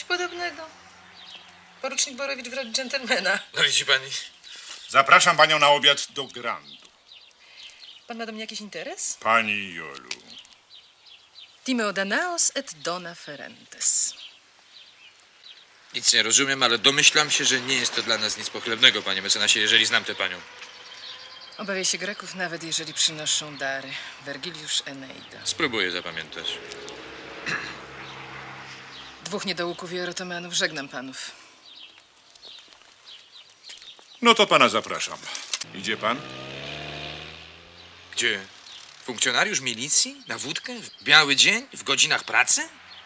podobnego. Porucznik Borowicz wręcz dżentelmena. No widzi pani. Zapraszam panią na obiad do Grandu. Pan ma do mnie jakiś interes? Pani Jolu. Timeo Danaos et dona ferentes. Nic nie rozumiem, ale domyślam się, że nie jest to dla nas nic pochlebnego, panie mecenasie, jeżeli znam tę panią. Obawiaj się Greków, nawet jeżeli przynoszą dary. Wergiliusz Eneida. Spróbuję zapamiętać. 2 niedołków i erotomanów. Żegnam panów. No to pana zapraszam. Idzie pan? Gdzie? Funkcjonariusz milicji? Na wódkę? W biały dzień? W godzinach pracy?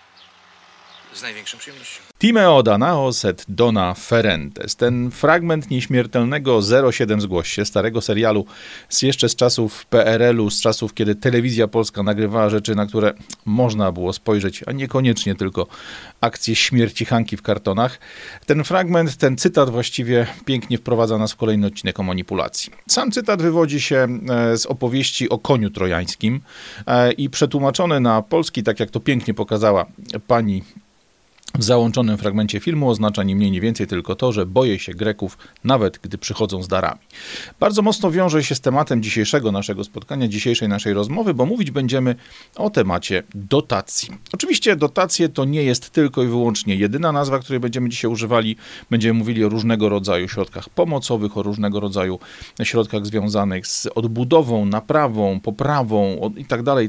Z największą przyjemnością. Timeo Danaos et dona ferentes. Ten fragment nieśmiertelnego 07 zgłoś się, starego serialu jeszcze z czasów PRL-u, z czasów, kiedy telewizja polska nagrywała rzeczy, na które można było spojrzeć, a niekoniecznie tylko akcje śmierci Hanki w kartonach. Ten fragment, ten cytat właściwie pięknie wprowadza nas w kolejny odcinek o manipulacji. Sam cytat wywodzi się z opowieści o koniu trojańskim i przetłumaczony na polski, tak jak to pięknie pokazała pani w załączonym fragmencie filmu, oznacza ni mniej, ni więcej tylko to, że boję się Greków, nawet gdy przychodzą z darami. Bardzo mocno wiąże się z tematem dzisiejszego naszego spotkania, dzisiejszej naszej rozmowy, bo mówić będziemy o temacie dotacji. Oczywiście dotacje to nie jest tylko i wyłącznie jedyna nazwa, której będziemy dzisiaj używali. Będziemy mówili o różnego rodzaju środkach pomocowych, o różnego rodzaju środkach związanych z odbudową, naprawą, poprawą itd.,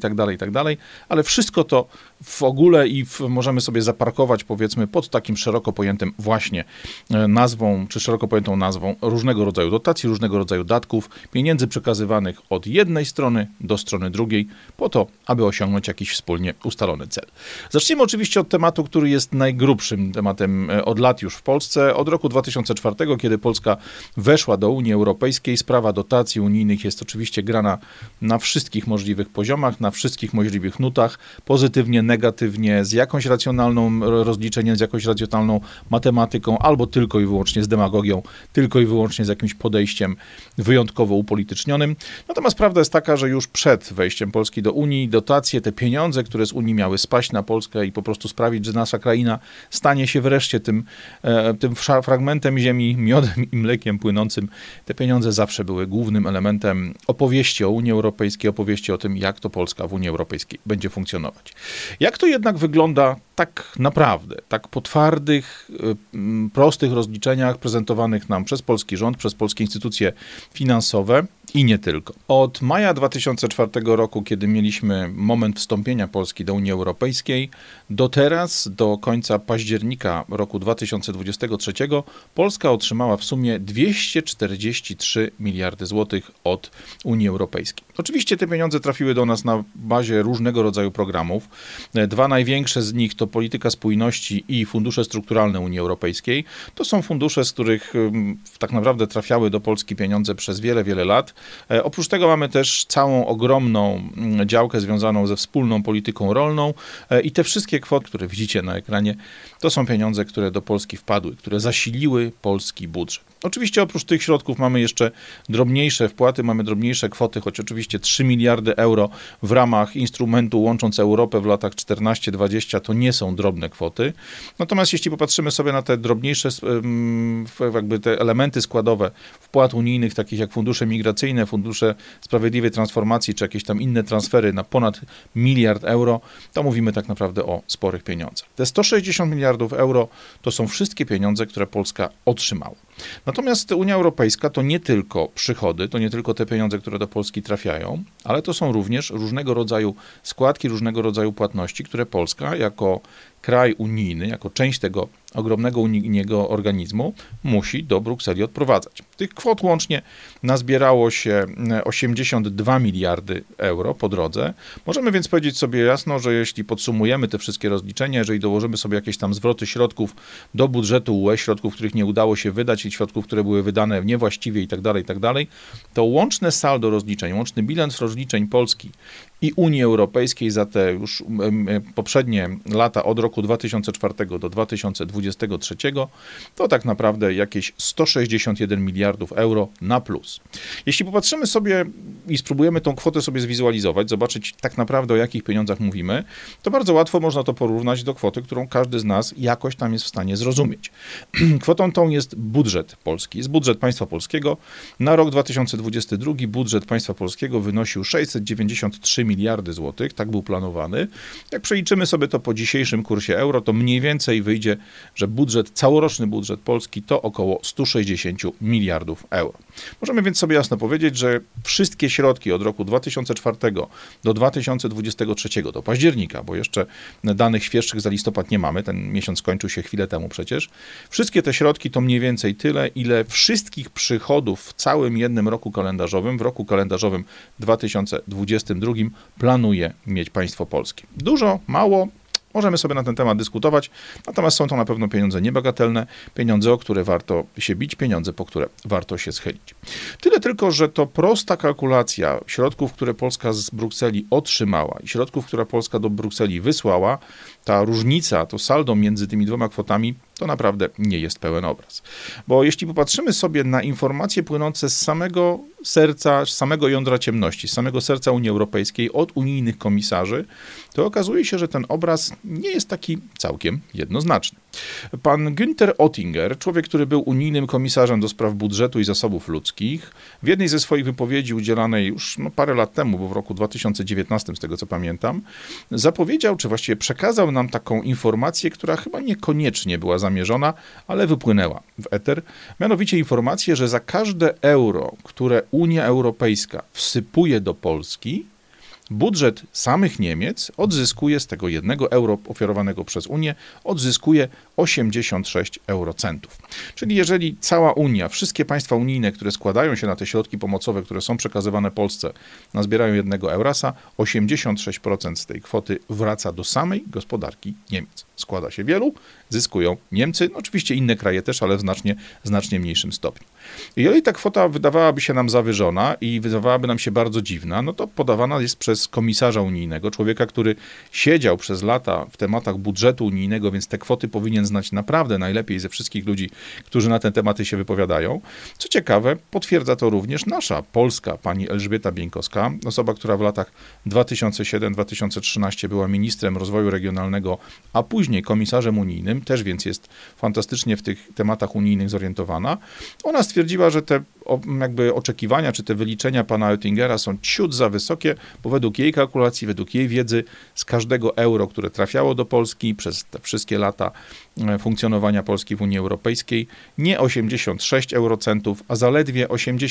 ale wszystko to w ogóle możemy sobie zaparkować, powiedzmy, pod takim szeroko pojętym właśnie nazwą, czy szeroko pojętą nazwą różnego rodzaju dotacji, różnego rodzaju datków, pieniędzy przekazywanych od jednej strony do strony drugiej, po to, aby osiągnąć jakiś wspólnie ustalony cel. Zaczniemy oczywiście od tematu, który jest najgrubszym tematem od lat już w Polsce. Od roku 2004, kiedy Polska weszła do Unii Europejskiej, sprawa dotacji unijnych jest oczywiście grana na wszystkich możliwych poziomach, na wszystkich możliwych nutach, pozytywnie, negatywnie, z jakąś racjonalną rozliczeniem, z jakąś racjonalną matematyką, albo tylko i wyłącznie z demagogią, tylko i wyłącznie z jakimś podejściem wyjątkowo upolitycznionym. Natomiast prawda jest taka, że już przed wejściem Polski do Unii dotacje, te pieniądze, które z Unii miały spaść na Polskę i po prostu sprawić, że nasza kraina stanie się wreszcie tym fragmentem ziemi, miodem i mlekiem płynącym, te pieniądze zawsze były głównym elementem opowieści o Unii Europejskiej, opowieści o tym, jak to Polska w Unii Europejskiej będzie funkcjonować. Jak to jednak wygląda tak naprawdę, tak po twardych, prostych rozliczeniach prezentowanych nam przez polski rząd, przez polskie instytucje finansowe i nie tylko. Od maja 2004 roku, kiedy mieliśmy moment wstąpienia Polski do Unii Europejskiej, do teraz, do końca października roku 2023, Polska otrzymała w sumie 243 miliardy złotych od Unii Europejskiej. Oczywiście te pieniądze trafiły do nas na bazie różnego rodzaju programów. 2 największe z nich to polityka spójności i fundusze strukturalne Unii Europejskiej. To są fundusze, z których tak naprawdę trafiały do Polski pieniądze przez wiele, wiele lat. Oprócz tego mamy też całą ogromną działkę związaną ze wspólną polityką rolną i te wszystkie kwoty, które widzicie na ekranie, to są pieniądze, które do Polski wpadły, które zasiliły polski budżet. Oczywiście oprócz tych środków mamy jeszcze drobniejsze wpłaty, mamy drobniejsze kwoty, choć oczywiście 3 miliardy euro w ramach instrumentu Łącząc Europę w latach 14-20 to nie są drobne kwoty. Natomiast jeśli popatrzymy sobie na te drobniejsze jakby te elementy składowe wpłat unijnych, takich jak fundusze migracyjne, fundusze sprawiedliwej transformacji, czy jakieś tam inne transfery na ponad 1 miliard euro, to mówimy tak naprawdę o sporych pieniądzach. Te 160 miliardów euro to są wszystkie pieniądze, które Polska otrzymała. Natomiast Unia Europejska to nie tylko przychody, to nie tylko te pieniądze, które do Polski trafiają, ale to są również różnego rodzaju składki, różnego rodzaju płatności, które Polska jako kraj unijny, jako część tego ogromnego unijnego organizmu musi do Brukseli odprowadzać. Tych kwot łącznie nazbierało się 82 miliardy euro po drodze. Możemy więc powiedzieć sobie jasno, że jeśli podsumujemy te wszystkie rozliczenia, jeżeli dołożymy sobie jakieś tam zwroty środków do budżetu UE, środków, których nie udało się wydać i środków, które były wydane niewłaściwie itd., to łączne saldo rozliczeń, łączny bilans rozliczeń Polski i Unii Europejskiej za te już poprzednie lata od roku 2004 do 2023 to tak naprawdę jakieś 161 miliardów euro na plus. Jeśli popatrzymy sobie i spróbujemy tą kwotę sobie zwizualizować, zobaczyć tak naprawdę o jakich pieniądzach mówimy, to bardzo łatwo można to porównać do kwoty, którą każdy z nas jakoś tam jest w stanie zrozumieć. Kwotą tą jest budżet polski, jest budżet państwa polskiego. Na rok 2022 budżet państwa polskiego wynosił 693 miliardy złotych, tak był planowany. Jak przeliczymy sobie to po dzisiejszym kursie euro, to mniej więcej wyjdzie, że całoroczny budżet Polski to około 160 miliardów euro. Możemy więc sobie jasno powiedzieć, że wszystkie środki od roku 2004 do 2023, do października, bo jeszcze danych świeższych za listopad nie mamy, ten miesiąc skończył się chwilę temu przecież, wszystkie te środki to mniej więcej tyle, ile wszystkich przychodów w całym jednym roku kalendarzowym, w roku kalendarzowym 2022 planuje mieć państwo polskie. Dużo, mało? Możemy sobie na ten temat dyskutować, natomiast są to na pewno pieniądze niebagatelne, pieniądze, o które warto się bić, pieniądze, po które warto się schylić. Tyle tylko, że to prosta kalkulacja środków, które Polska z Brukseli otrzymała i środków, które Polska do Brukseli wysłała, ta różnica, to saldo między tymi dwoma kwotami, to naprawdę nie jest pełen obraz. Bo jeśli popatrzymy sobie na informacje płynące z samego serca, z samego jądra ciemności, z samego serca Unii Europejskiej, od unijnych komisarzy, to okazuje się, że ten obraz nie jest taki całkiem jednoznaczny. Pan Günther Oettinger, człowiek, który był unijnym komisarzem do spraw budżetu i zasobów ludzkich, w jednej ze swoich wypowiedzi udzielanej już parę lat temu, bo w roku 2019, z tego co pamiętam, zapowiedział, czy właściwie przekazał nam taką informację, która chyba niekoniecznie była zamierzona, ale wypłynęła w eter. Mianowicie informację, że za każde euro, które Unia Europejska wsypuje do Polski, budżet samych Niemiec odzyskuje z tego 1 euro ofiarowanego przez Unię, odzyskuje 86 eurocentów. Czyli jeżeli cała Unia, wszystkie państwa unijne, które składają się na te środki pomocowe, które są przekazywane Polsce, nazbierają 1 eurasa, 86% z tej kwoty wraca do samej gospodarki Niemiec. Składa się wielu, zyskują Niemcy, no oczywiście inne kraje też, ale w znacznie mniejszym stopniu. Jeżeli ta kwota wydawałaby się nam zawyżona i wydawałaby nam się bardzo dziwna, no to podawana jest przez komisarza unijnego, człowieka, który siedział przez lata w tematach budżetu unijnego, więc te kwoty powinien znać naprawdę najlepiej ze wszystkich ludzi, którzy na te tematy się wypowiadają. Co ciekawe, potwierdza to również nasza polska pani Elżbieta Bieńkowska, osoba, która w latach 2007-2013 była ministrem rozwoju regionalnego, a później komisarzem unijnym, też więc jest fantastycznie w tych tematach unijnych zorientowana. Ona stwierdziła, że te jakby oczekiwania, czy te wyliczenia pana Oettingera są ciut za wysokie, bo według jej kalkulacji, według jej wiedzy z każdego euro, które trafiało do Polski przez te wszystkie lata funkcjonowania Polski w Unii Europejskiej, nie 86 eurocentów, a zaledwie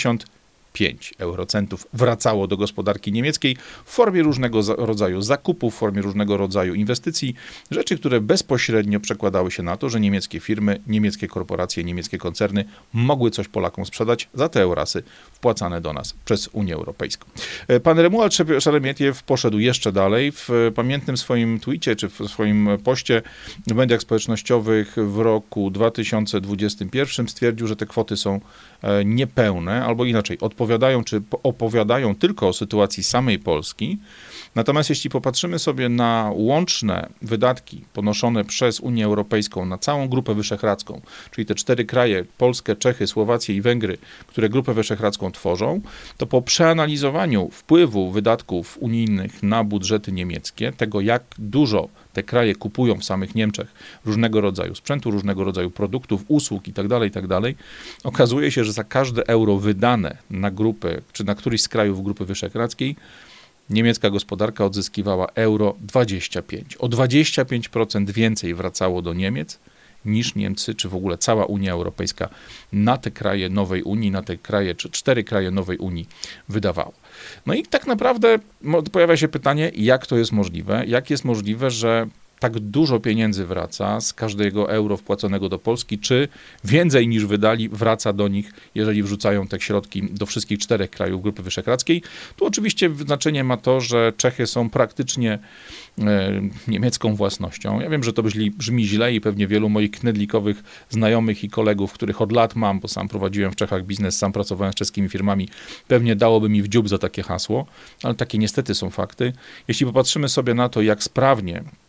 85 eurocentów wracało do gospodarki niemieckiej w formie różnego rodzaju zakupów, w formie różnego rodzaju inwestycji, rzeczy, które bezpośrednio przekładały się na to, że niemieckie firmy, niemieckie korporacje, niemieckie koncerny mogły coś Polakom sprzedać za te eurasy wpłacane do nas przez Unię Europejską. Pan Romuald Szeremietiew poszedł jeszcze dalej. W pamiętnym swoim tweetie, czy w swoim poście w mediach społecznościowych w roku 2021 stwierdził, że te kwoty są niepełne, albo inaczej, odpowiadają czy opowiadają tylko o sytuacji samej Polski. Natomiast jeśli popatrzymy sobie na łączne wydatki ponoszone przez Unię Europejską na całą Grupę Wyszehradzką, czyli te 4 kraje, Polskę, Czechy, Słowację i Węgry, które Grupę Wyszehradzką tworzą, to po przeanalizowaniu wpływu wydatków unijnych na budżety niemieckie, tego jak dużo te kraje kupują w samych Niemczech różnego rodzaju sprzętu, różnego rodzaju produktów, usług itd., okazuje się, że za każde euro wydane na grupę, czy na któryś z krajów Grupy Wyszehradzkiej, niemiecka gospodarka odzyskiwała euro 25. O 25% więcej wracało do Niemiec niż Niemcy, czy w ogóle cała Unia Europejska na te kraje nowej Unii, na te kraje, czy 4 kraje nowej Unii wydawała. No i tak naprawdę pojawia się pytanie, jak to jest możliwe? Jak jest możliwe, że tak dużo pieniędzy wraca z każdego euro wpłaconego do Polski, czy więcej niż wydali wraca do nich, jeżeli wrzucają te środki do wszystkich 4 krajów Grupy Wyszehradzkiej. Tu oczywiście znaczenie ma to, że Czechy są praktycznie niemiecką własnością. Ja wiem, że to brzmi źle i pewnie wielu moich knedlikowych znajomych i kolegów, których od lat mam, bo sam prowadziłem w Czechach biznes, sam pracowałem z czeskimi firmami, pewnie dałoby mi w dziób za takie hasło, ale takie niestety są fakty. Jeśli popatrzymy sobie na to, jak sprawnie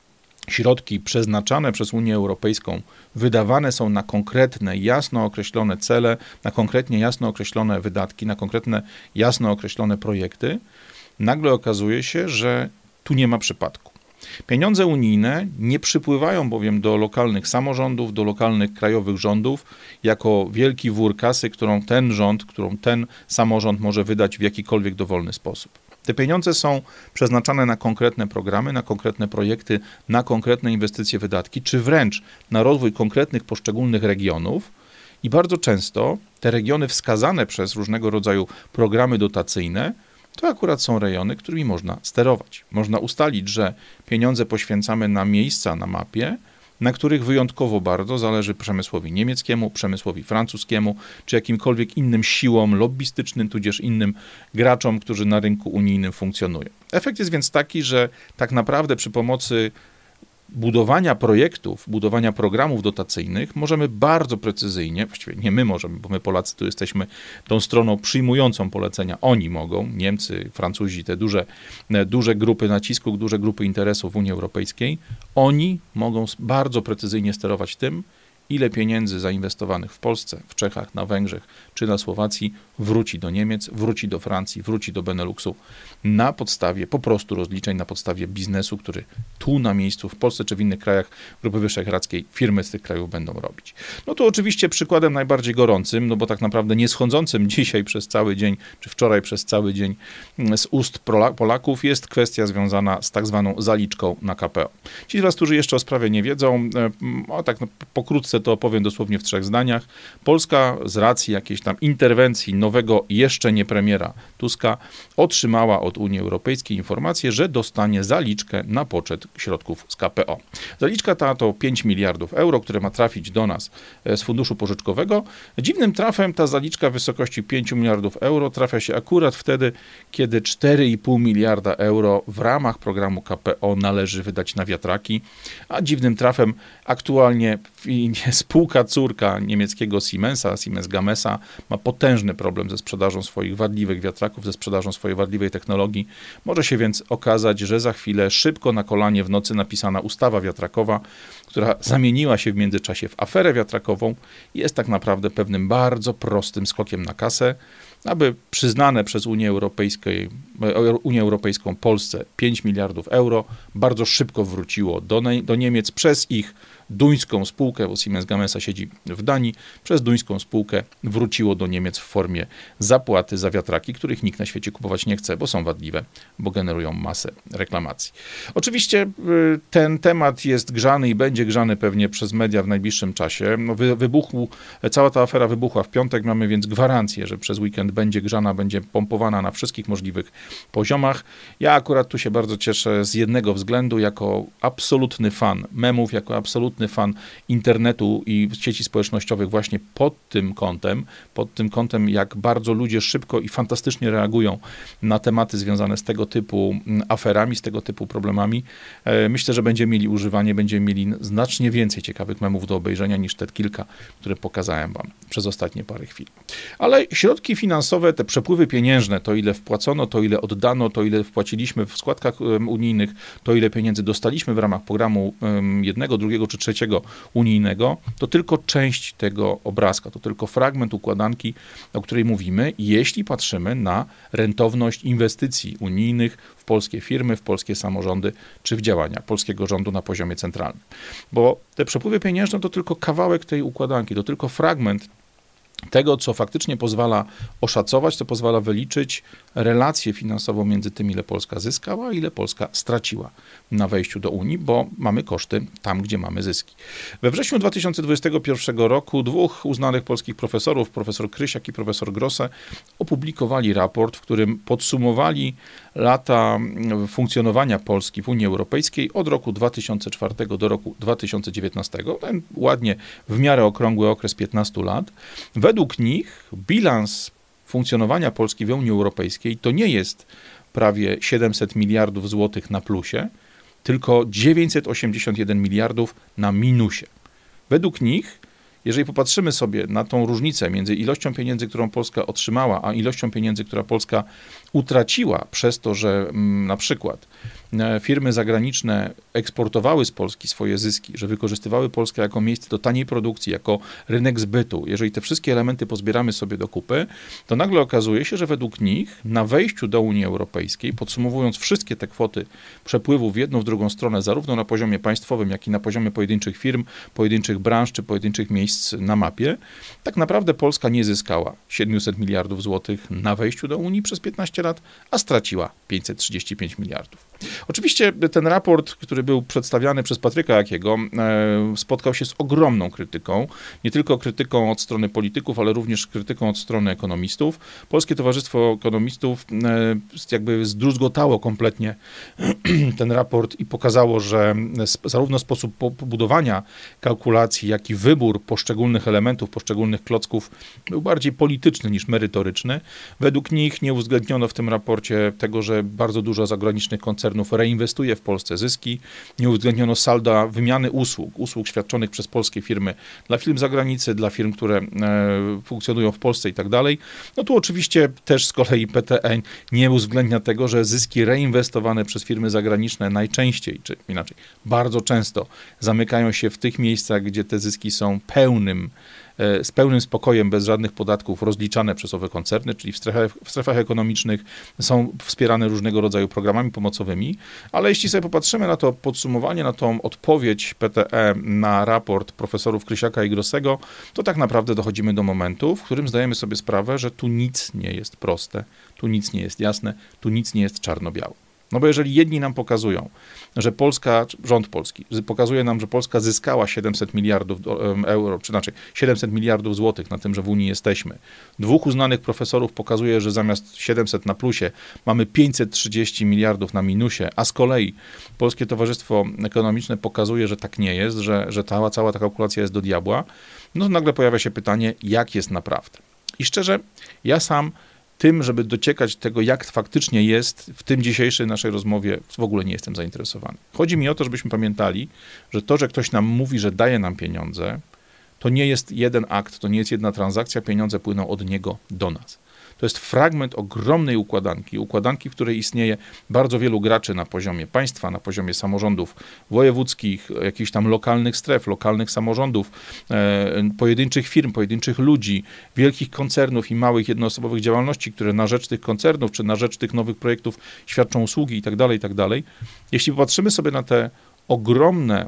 środki przeznaczane przez Unię Europejską wydawane są na konkretne, jasno określone cele, na konkretnie jasno określone wydatki, na konkretne, jasno określone projekty, nagle okazuje się, że tu nie ma przypadku. Pieniądze unijne nie przypływają bowiem do lokalnych samorządów, do lokalnych krajowych rządów jako wielki wór kasy, którą ten rząd, którą ten samorząd może wydać w jakikolwiek dowolny sposób. Te pieniądze są przeznaczane na konkretne programy, na konkretne projekty, na konkretne inwestycje, wydatki, czy wręcz na rozwój konkretnych poszczególnych regionów. I bardzo często te regiony wskazane przez różnego rodzaju programy dotacyjne to akurat są rejony, którymi można sterować. Można ustalić, że pieniądze poświęcamy na miejsca na mapie, na których wyjątkowo bardzo zależy przemysłowi niemieckiemu, przemysłowi francuskiemu, czy jakimkolwiek innym siłom lobbystycznym, tudzież innym graczom, którzy na rynku unijnym funkcjonują. Efekt jest więc taki, że tak naprawdę przy pomocy budowania projektów, budowania programów dotacyjnych możemy bardzo precyzyjnie, właściwie nie my możemy, bo my Polacy tu jesteśmy tą stroną przyjmującą polecenia, oni mogą, Niemcy, Francuzi, te duże grupy nacisku, duże grupy interesów w Unii Europejskiej, oni mogą bardzo precyzyjnie sterować tym, ile pieniędzy zainwestowanych w Polsce, w Czechach, na Węgrzech czy na Słowacji wróci do Niemiec, wróci do Francji, wróci do Beneluxu na podstawie po prostu rozliczeń, na podstawie biznesu, który tu na miejscu, w Polsce czy w innych krajach Grupy Wyszehradzkiej firmy z tych krajów będą robić. No to oczywiście przykładem najbardziej gorącym, no bo tak naprawdę nie schodzącym dzisiaj przez cały dzień, czy wczoraj przez cały dzień z ust Polaków jest kwestia związana z tak zwaną zaliczką na KPO. Ci z was, którzy jeszcze o sprawie nie wiedzą, pokrótce to opowiem dosłownie w 3 zdaniach. Polska z racji jakiejś tam interwencji nowego jeszcze nie premiera Tuska otrzymała od Unii Europejskiej informację, że dostanie zaliczkę na poczet środków z KPO. Zaliczka ta to 5 miliardów euro, które ma trafić do nas z funduszu pożyczkowego. Dziwnym trafem ta zaliczka w wysokości 5 miliardów euro trafia się akurat wtedy, kiedy 4,5 miliarda euro w ramach programu KPO należy wydać na wiatraki, a dziwnym trafem aktualnie spółka córka niemieckiego Siemensa, Siemens Gamesa, ma potężny problem ze sprzedażą swoich wadliwych wiatraków, ze sprzedażą swojej wadliwej technologii. Może się więc okazać, że za chwilę szybko na kolanie w nocy napisana ustawa wiatrakowa, która zamieniła się w międzyczasie w aferę wiatrakową, jest tak naprawdę pewnym bardzo prostym skokiem na kasę, aby przyznane przez Unię Europejską Polsce 5 miliardów euro bardzo szybko wróciło do Niemiec przez ich duńską spółkę, bo Siemens Gamesa siedzi w Danii, przez duńską spółkę wróciło do Niemiec w formie zapłaty za wiatraki, których nikt na świecie kupować nie chce, bo są wadliwe, bo generują masę reklamacji. Oczywiście ten temat jest grzany i będzie grzany pewnie przez media w najbliższym czasie. Cała ta afera wybuchła w piątek, mamy więc gwarancję, że przez weekend będzie grzana, będzie pompowana na wszystkich możliwych poziomach. Ja akurat tu się bardzo cieszę z jednego względu, jako absolutny fan memów, jako absolutny fan internetu i sieci społecznościowych właśnie pod tym kątem, jak bardzo ludzie szybko i fantastycznie reagują na tematy związane z tego typu aferami, z tego typu problemami. Myślę, że będziemy mieli używanie, będziemy mieli znacznie więcej ciekawych memów do obejrzenia niż te kilka, które pokazałem wam przez ostatnie parę chwil. Ale środki finansowe, te przepływy pieniężne, to ile wpłacono, to ile oddano, to ile wpłaciliśmy w składkach unijnych, to ile pieniędzy dostaliśmy w ramach programu jednego, drugiego czy trzeciego unijnego, to tylko część tego obrazka, to tylko fragment układanki, o której mówimy, jeśli patrzymy na rentowność inwestycji unijnych w polskie firmy, w polskie samorządy, czy w działania polskiego rządu na poziomie centralnym. Bo te przepływy pieniężne to tylko kawałek tej układanki, to tylko fragment tego, co faktycznie pozwala oszacować, co pozwala wyliczyć relację finansową między tym, ile Polska zyskała, a ile Polska straciła na wejściu do Unii, bo mamy koszty tam, gdzie mamy zyski. We wrześniu 2021 roku 2 uznanych polskich profesorów, profesor Krysiak i profesor Grosse, opublikowali raport, w którym podsumowali lata funkcjonowania Polski w Unii Europejskiej od roku 2004 do roku 2019. Ten ładnie w miarę okrągły okres 15 lat. Według nich bilans funkcjonowania Polski w Unii Europejskiej to nie jest prawie 700 miliardów złotych na plusie, tylko 981 miliardów na minusie. Według nich, jeżeli popatrzymy sobie na tą różnicę między ilością pieniędzy, którą Polska otrzymała, a ilością pieniędzy, która Polska utraciła przez to, że na przykład firmy zagraniczne eksportowały z Polski swoje zyski, że wykorzystywały Polskę jako miejsce do taniej produkcji, jako rynek zbytu, jeżeli te wszystkie elementy pozbieramy sobie do kupy, to nagle okazuje się, że według nich na wejściu do Unii Europejskiej, podsumowując wszystkie te kwoty przepływów w jedną, w drugą stronę, zarówno na poziomie państwowym, jak i na poziomie pojedynczych firm, pojedynczych branż czy pojedynczych miejsc na mapie, tak naprawdę Polska nie zyskała 700 miliardów złotych na wejściu do Unii przez 15 lat, a straciła 535 miliardów. Oczywiście ten raport, który był przedstawiany przez Patryka Jakiego, spotkał się z ogromną krytyką. Nie tylko krytyką od strony polityków, ale również krytyką od strony ekonomistów. Polskie Towarzystwo Ekonomistów jakby zdruzgotało kompletnie ten raport i pokazało, że zarówno sposób budowania kalkulacji, jak i wybór poszczególnych elementów, poszczególnych klocków był bardziej polityczny niż merytoryczny. Według nich nie uwzględniono w tym raporcie tego, że bardzo dużo zagranicznych koncernów reinwestuje w Polsce zyski. Nie uwzględniono salda wymiany usług świadczonych przez polskie firmy dla firm z zagranicy, dla firm, które funkcjonują w Polsce i tak dalej. No tu oczywiście też z kolei PTE nie uwzględnia tego, że zyski reinwestowane przez firmy zagraniczne najczęściej, czy inaczej, bardzo często zamykają się w tych miejscach, gdzie te zyski są z pełnym spokojem, bez żadnych podatków rozliczane przez owe koncerny, czyli w strefach ekonomicznych są wspierane różnego rodzaju programami pomocowymi, ale jeśli sobie popatrzymy na to podsumowanie, na tą odpowiedź PTE na raport profesorów Krysiaka i Grossego, to tak naprawdę dochodzimy do momentu, w którym zdajemy sobie sprawę, że tu nic nie jest proste, tu nic nie jest jasne, tu nic nie jest czarno-białe. No bo jeżeli jedni nam pokazują, że rząd polski pokazuje nam, że Polska zyskała 700 miliardów euro, czy inaczej 700 miliardów złotych na tym, że w Unii jesteśmy. Dwóch uznanych profesorów pokazuje, że zamiast 700 na plusie mamy 530 miliardów na minusie, a z kolei Polskie Towarzystwo Ekonomiczne pokazuje, że tak nie jest, że cała ta kalkulacja jest do diabła, no to nagle pojawia się pytanie, jak jest naprawdę. I szczerze, ja sam tym, żeby dociekać tego, jak faktycznie jest, w tym dzisiejszej naszej rozmowie w ogóle nie jestem zainteresowany. Chodzi mi o to, żebyśmy pamiętali, że to, że ktoś nam mówi, że daje nam pieniądze, to nie jest jeden akt, to nie jest jedna transakcja, pieniądze płyną od niego do nas. To jest fragment ogromnej układanki, w której istnieje bardzo wielu graczy na poziomie państwa, na poziomie samorządów wojewódzkich, jakichś tam lokalnych stref, lokalnych samorządów, pojedynczych firm, pojedynczych ludzi, wielkich koncernów i małych jednoosobowych działalności, które na rzecz tych koncernów, czy na rzecz tych nowych projektów świadczą usługi itd., itd. Jeśli popatrzymy sobie na te ogromne,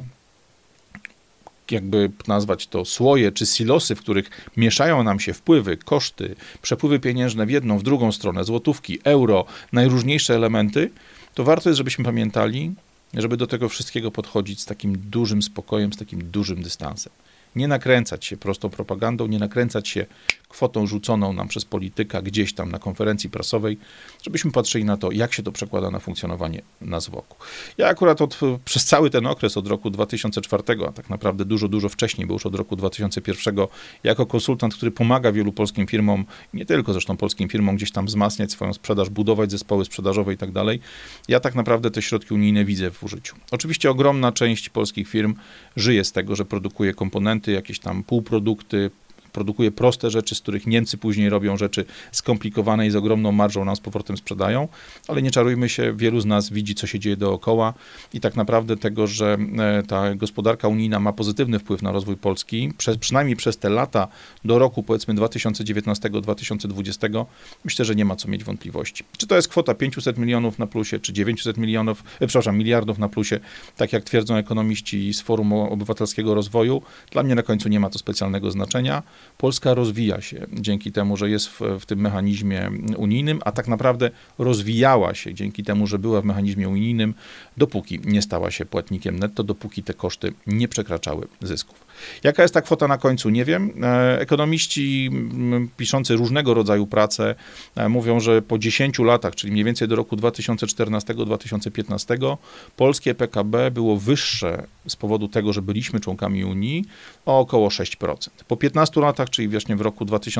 jakby nazwać to, słoje czy silosy, w których mieszają nam się wpływy, koszty, przepływy pieniężne w jedną, w drugą stronę, złotówki, euro, najróżniejsze elementy, to warto jest, żebyśmy pamiętali, żeby do tego wszystkiego podchodzić z takim dużym spokojem, z takim dużym dystansem. Nie nakręcać się prostą propagandą, nie nakręcać się kwotą rzuconą nam przez polityka gdzieś tam na konferencji prasowej, żebyśmy patrzyli na to, jak się to przekłada na funkcjonowanie nas wokół. Ja akurat przez cały ten okres od roku 2004, a tak naprawdę dużo wcześniej, bo już od roku 2001, jako konsultant, który pomaga wielu polskim firmom, nie tylko zresztą polskim firmom, gdzieś tam wzmacniać swoją sprzedaż, budować zespoły sprzedażowe i tak dalej, ja tak naprawdę te środki unijne widzę w użyciu. Oczywiście ogromna część polskich firm żyje z tego, że produkuje komponenty, jakieś tam półprodukty, produkuje proste rzeczy, z których Niemcy później robią rzeczy skomplikowane i z ogromną marżą nam z powrotem sprzedają, ale nie czarujmy się, wielu z nas widzi, co się dzieje dookoła i tak naprawdę tego, że ta gospodarka unijna ma pozytywny wpływ na rozwój Polski, przynajmniej przez te lata do roku powiedzmy 2019-2020, myślę, że nie ma co mieć wątpliwości. Czy to jest kwota 500 milionów na plusie, czy 900 miliardów na plusie, tak jak twierdzą ekonomiści z Forum Obywatelskiego Rozwoju, dla mnie na końcu nie ma to specjalnego znaczenia. Polska rozwija się dzięki temu, że jest w tym mechanizmie unijnym, a tak naprawdę rozwijała się dzięki temu, że była w mechanizmie unijnym, dopóki nie stała się płatnikiem netto, dopóki te koszty nie przekraczały zysków. Jaka jest ta kwota na końcu? Nie wiem. Ekonomiści piszący różnego rodzaju prace mówią, że po 10 latach, czyli mniej więcej do roku 2014-2015, polskie PKB było wyższe z powodu tego, że byliśmy członkami Unii o około 6%. Po 15 latach, czyli właśnie w roku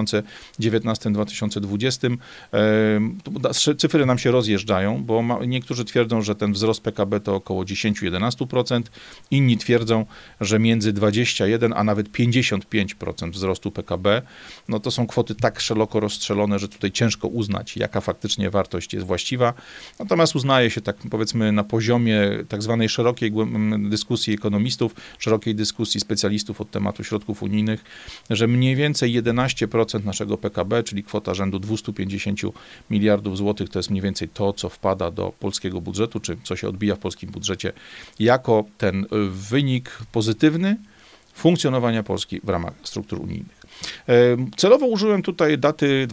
2019-2020, cyfry nam się rozjeżdżają, bo niektórzy twierdzą, że ten wzrost PKB to około 10-11%, inni twierdzą, że między 20 21, a nawet 55% wzrostu PKB, no to są kwoty tak szeroko rozstrzelone, że tutaj ciężko uznać, jaka faktycznie wartość jest właściwa. Natomiast uznaje się, tak powiedzmy, na poziomie tak zwanej szerokiej dyskusji ekonomistów, szerokiej dyskusji specjalistów od tematu środków unijnych, że mniej więcej 11% naszego PKB, czyli kwota rzędu 250 miliardów złotych, to jest mniej więcej to, co wpada do polskiego budżetu, czy co się odbija w polskim budżecie, jako ten wynik pozytywny funkcjonowania Polski w ramach struktur unijnych. Celowo użyłem tutaj daty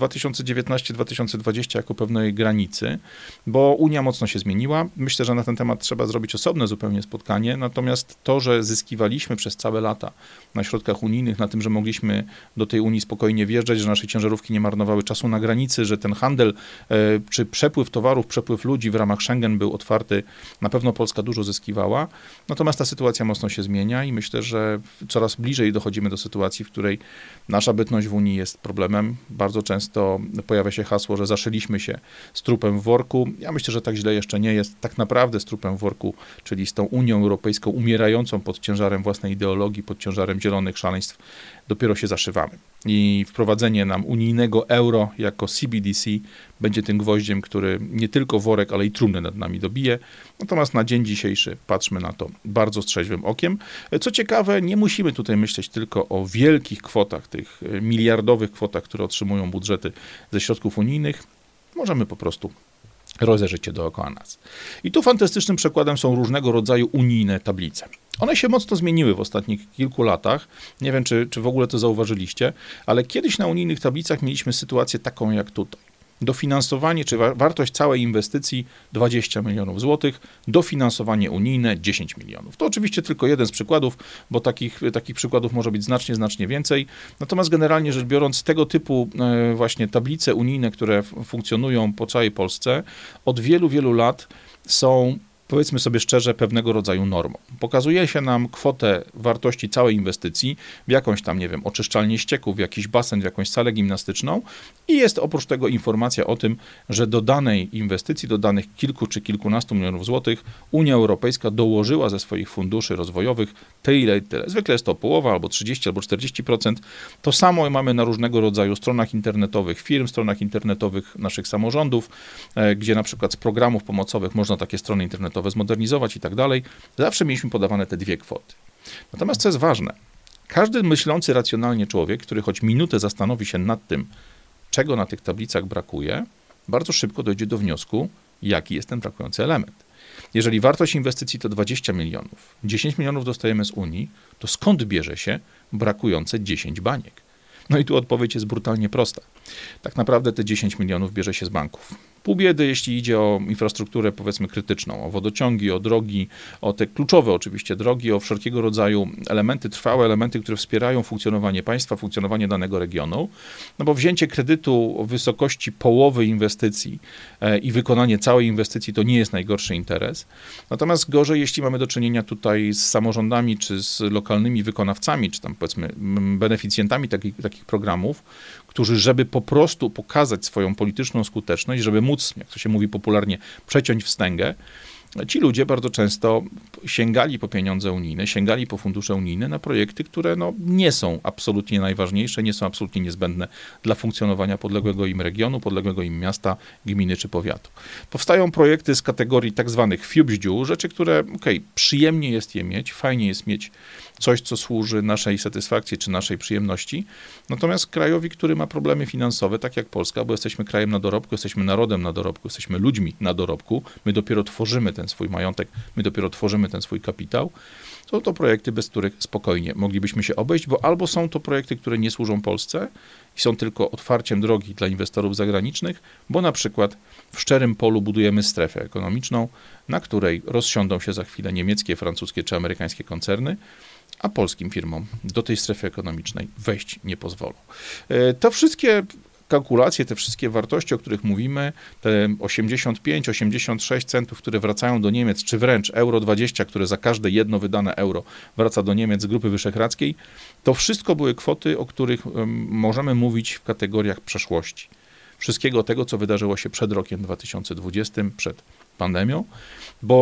2019-2020 jako pewnej granicy, bo Unia mocno się zmieniła. Myślę, że na ten temat trzeba zrobić osobne zupełnie spotkanie, natomiast to, że zyskiwaliśmy przez całe lata na środkach unijnych, na tym, że mogliśmy do tej Unii spokojnie wjeżdżać, że nasze ciężarówki nie marnowały czasu na granicy, że ten handel czy przepływ towarów, przepływ ludzi w ramach Schengen był otwarty, na pewno Polska dużo zyskiwała. Natomiast ta sytuacja mocno się zmienia i myślę, że coraz bliżej dochodzimy do sytuacji, w której nasza bytność w Unii jest problemem. Bardzo często pojawia się hasło, że zaszyliśmy się z trupem w worku. Ja myślę, że tak źle jeszcze nie jest. Tak naprawdę z trupem w worku, czyli z tą Unią Europejską umierającą pod ciężarem własnej ideologii, pod ciężarem zielonych szaleństw, dopiero się zaszywamy. I wprowadzenie nam unijnego euro jako CBDC będzie tym gwoździem, który nie tylko worek, ale i trumnę nad nami dobije. Natomiast na dzień dzisiejszy patrzmy na to bardzo z trzeźwym okiem. Co ciekawe, nie musimy tutaj myśleć tylko o wielkich kwotach, tych miliardowych kwotach, które otrzymują budżety ze środków unijnych. Możemy po prostu rozejrzeć się dookoła nas. I tu fantastycznym przykładem są różnego rodzaju unijne tablice. One się mocno zmieniły w ostatnich kilku latach. Nie wiem, czy w ogóle to zauważyliście, ale kiedyś na unijnych tablicach mieliśmy sytuację taką jak tutaj. Dofinansowanie, czy wartość całej inwestycji 20 milionów złotych, dofinansowanie unijne 10 milionów. To oczywiście tylko jeden z przykładów, bo takich przykładów może być znacznie więcej. Natomiast generalnie rzecz biorąc, tego typu właśnie tablice unijne, które funkcjonują po całej Polsce, od wielu lat są, powiedzmy sobie szczerze, pewnego rodzaju normą. Pokazuje się nam kwotę wartości całej inwestycji w jakąś tam, nie wiem, oczyszczalnię ścieków, w jakiś basen, w jakąś salę gimnastyczną i jest oprócz tego informacja o tym, że do danej inwestycji, do danych kilku czy kilkunastu milionów złotych Unia Europejska dołożyła ze swoich funduszy rozwojowych tyle i tyle. Zwykle jest to połowa, albo 30, albo 40%. To samo mamy na różnego rodzaju stronach internetowych firm, stronach internetowych naszych samorządów, gdzie na przykład z programów pomocowych można takie strony internetowe zmodernizować i tak dalej. Zawsze mieliśmy podawane te dwie kwoty. Natomiast co jest ważne, każdy myślący racjonalnie człowiek, który choć minutę zastanowi się nad tym, czego na tych tablicach brakuje, bardzo szybko dojdzie do wniosku, jaki jest ten brakujący element. Jeżeli wartość inwestycji to 20 milionów, 10 milionów dostajemy z Unii, to skąd bierze się brakujące 10 baniek? No i tu odpowiedź jest brutalnie prosta. Tak naprawdę te 10 milionów bierze się z banków. Pół biedy, jeśli idzie o infrastrukturę, powiedzmy, krytyczną, o wodociągi, o drogi, o te kluczowe oczywiście drogi, o wszelkiego rodzaju elementy, trwałe elementy, które wspierają funkcjonowanie państwa, funkcjonowanie danego regionu, no bo wzięcie kredytu o wysokości połowy inwestycji i wykonanie całej inwestycji to nie jest najgorszy interes. Natomiast gorzej, jeśli mamy do czynienia tutaj z samorządami, czy z lokalnymi wykonawcami, czy tam powiedzmy beneficjentami takich programów, którzy, żeby po prostu pokazać swoją polityczną skuteczność, żeby móc, jak to się mówi popularnie, przeciąć wstęgę, ci ludzie bardzo często sięgali po pieniądze unijne, sięgali po fundusze unijne na projekty, które nie są absolutnie najważniejsze, nie są absolutnie niezbędne dla funkcjonowania podległego im regionu, podległego im miasta, gminy czy powiatu. Powstają projekty z kategorii tak zwanych fiubździu, rzeczy, które przyjemnie jest je mieć, fajnie jest mieć coś, co służy naszej satysfakcji czy naszej przyjemności. Natomiast krajowi, który ma problemy finansowe, tak jak Polska, bo jesteśmy krajem na dorobku, jesteśmy narodem na dorobku, jesteśmy ludźmi na dorobku, my dopiero tworzymy ten swój majątek, my dopiero tworzymy ten swój kapitał, są to projekty, bez których spokojnie moglibyśmy się obejść, bo albo są to projekty, które nie służą Polsce i są tylko otwarciem drogi dla inwestorów zagranicznych, bo na przykład w szczerym polu budujemy strefę ekonomiczną, na której rozsiądą się za chwilę niemieckie, francuskie czy amerykańskie koncerny, a polskim firmom do tej strefy ekonomicznej wejść nie pozwolą. To wszystkie kalkulacje, te wszystkie wartości, o których mówimy, te 85, 86 centów, które wracają do Niemiec, czy wręcz euro 20, które za każde jedno wydane euro wraca do Niemiec z Grupy Wyszehradzkiej, to wszystko były kwoty, o których możemy mówić w kategoriach przeszłości. Wszystkiego tego, co wydarzyło się przed rokiem 2020, przed pandemią, bo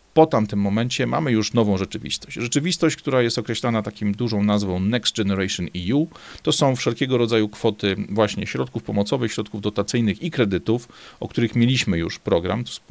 po tamtym momencie mamy już nową rzeczywistość. Rzeczywistość, która jest określana takim dużą nazwą Next Generation EU. To są wszelkiego rodzaju kwoty właśnie środków pomocowych, środków dotacyjnych i kredytów, o których mieliśmy już program. To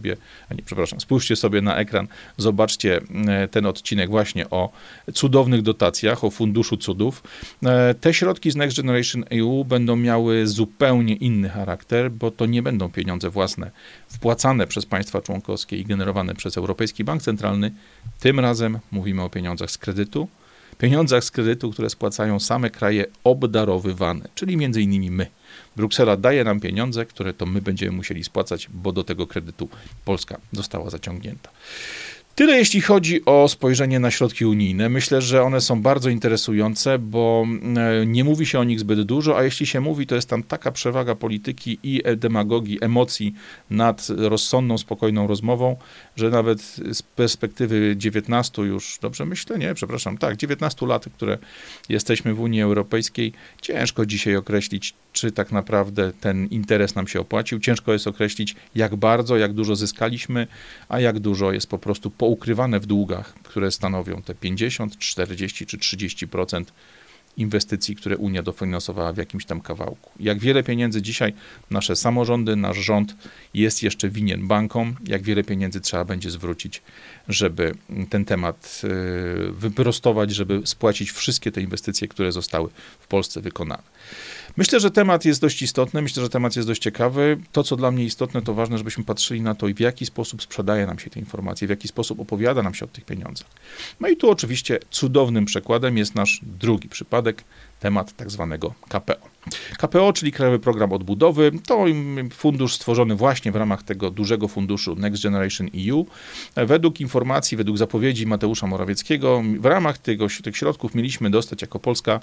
spójrzcie sobie na ekran, zobaczcie ten odcinek właśnie o cudownych dotacjach, o Funduszu Cudów. Te środki z Next Generation EU będą miały zupełnie inny charakter, bo to nie będą pieniądze własne wpłacane przez państwa członkowskie i generowane przez Europejski Bank Centralny. Tym razem mówimy o pieniądzach z kredytu. Pieniądzach z kredytu, które spłacają same kraje obdarowywane, czyli między innymi my. Bruksela daje nam pieniądze, które to my będziemy musieli spłacać, bo do tego kredytu Polska została zaciągnięta. Tyle jeśli chodzi o spojrzenie na środki unijne. Myślę, że one są bardzo interesujące, bo nie mówi się o nich zbyt dużo, a jeśli się mówi, to jest tam taka przewaga polityki i demagogii, emocji nad rozsądną, spokojną rozmową, że nawet z perspektywy 19 już, dobrze myślę? Nie, przepraszam, tak, 19 lat, które jesteśmy w Unii Europejskiej, ciężko dzisiaj określić, czy tak naprawdę ten interes nam się opłacił. Ciężko jest określić, jak bardzo, jak dużo zyskaliśmy, a jak dużo jest po prostu poukrywane w długach, które stanowią te 50, 40 czy 30% inwestycji, które Unia dofinansowała w jakimś tam kawałku. Jak wiele pieniędzy dzisiaj nasze samorządy, nasz rząd jest jeszcze winien bankom, jak wiele pieniędzy trzeba będzie zwrócić, żeby ten temat wyprostować, żeby spłacić wszystkie te inwestycje, które zostały w Polsce wykonane. Myślę, że temat jest dość istotny, myślę, że temat jest dość ciekawy. To, co dla mnie istotne, to ważne, żebyśmy patrzyli na to, w jaki sposób sprzedaje nam się te informacje, w jaki sposób opowiada nam się o tych pieniądzach. No i tu oczywiście cudownym przykładem jest nasz drugi przypadek, temat tak zwanego KPO. KPO, czyli Krajowy Program Odbudowy, to fundusz stworzony właśnie w ramach tego dużego funduszu Next Generation EU. Według informacji, według zapowiedzi Mateusza Morawieckiego, w ramach tych środków mieliśmy dostać jako Polska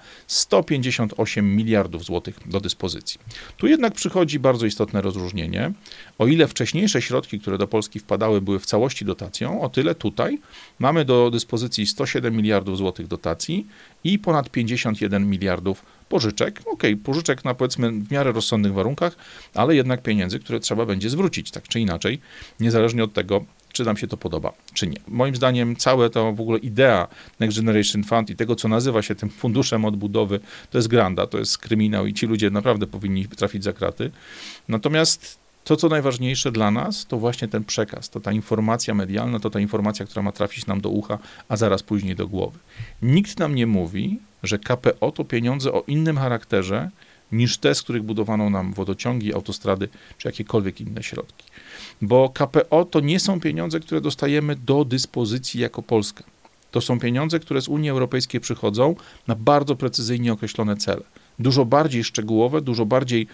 158 miliardów złotych do dyspozycji. Tu jednak przychodzi bardzo istotne rozróżnienie. O ile wcześniejsze środki, które do Polski wpadały, były w całości dotacją, o tyle tutaj mamy do dyspozycji 107 miliardów złotych dotacji i ponad 51 miliardów pożyczek. Pożyczek na powiedzmy w miarę rozsądnych warunkach, ale jednak pieniędzy, które trzeba będzie zwrócić, tak czy inaczej, niezależnie od tego, czy nam się to podoba, czy nie. Moim zdaniem cała ta w ogóle idea Next Generation Fund i tego, co nazywa się tym funduszem odbudowy, to jest granda, to jest kryminał i ci ludzie naprawdę powinni trafić za kraty. Natomiast to, co najważniejsze dla nas, to właśnie ten przekaz, to ta informacja medialna, to ta informacja, która ma trafić nam do ucha, a zaraz później do głowy. Nikt nam nie mówi, że KPO to pieniądze o innym charakterze niż te, z których budowano nam wodociągi, autostrady czy jakiekolwiek inne środki. Bo KPO to nie są pieniądze, które dostajemy do dyspozycji jako Polska. To są pieniądze, które z Unii Europejskiej przychodzą na bardzo precyzyjnie określone cele. Dużo bardziej szczegółowe, dużo bardziej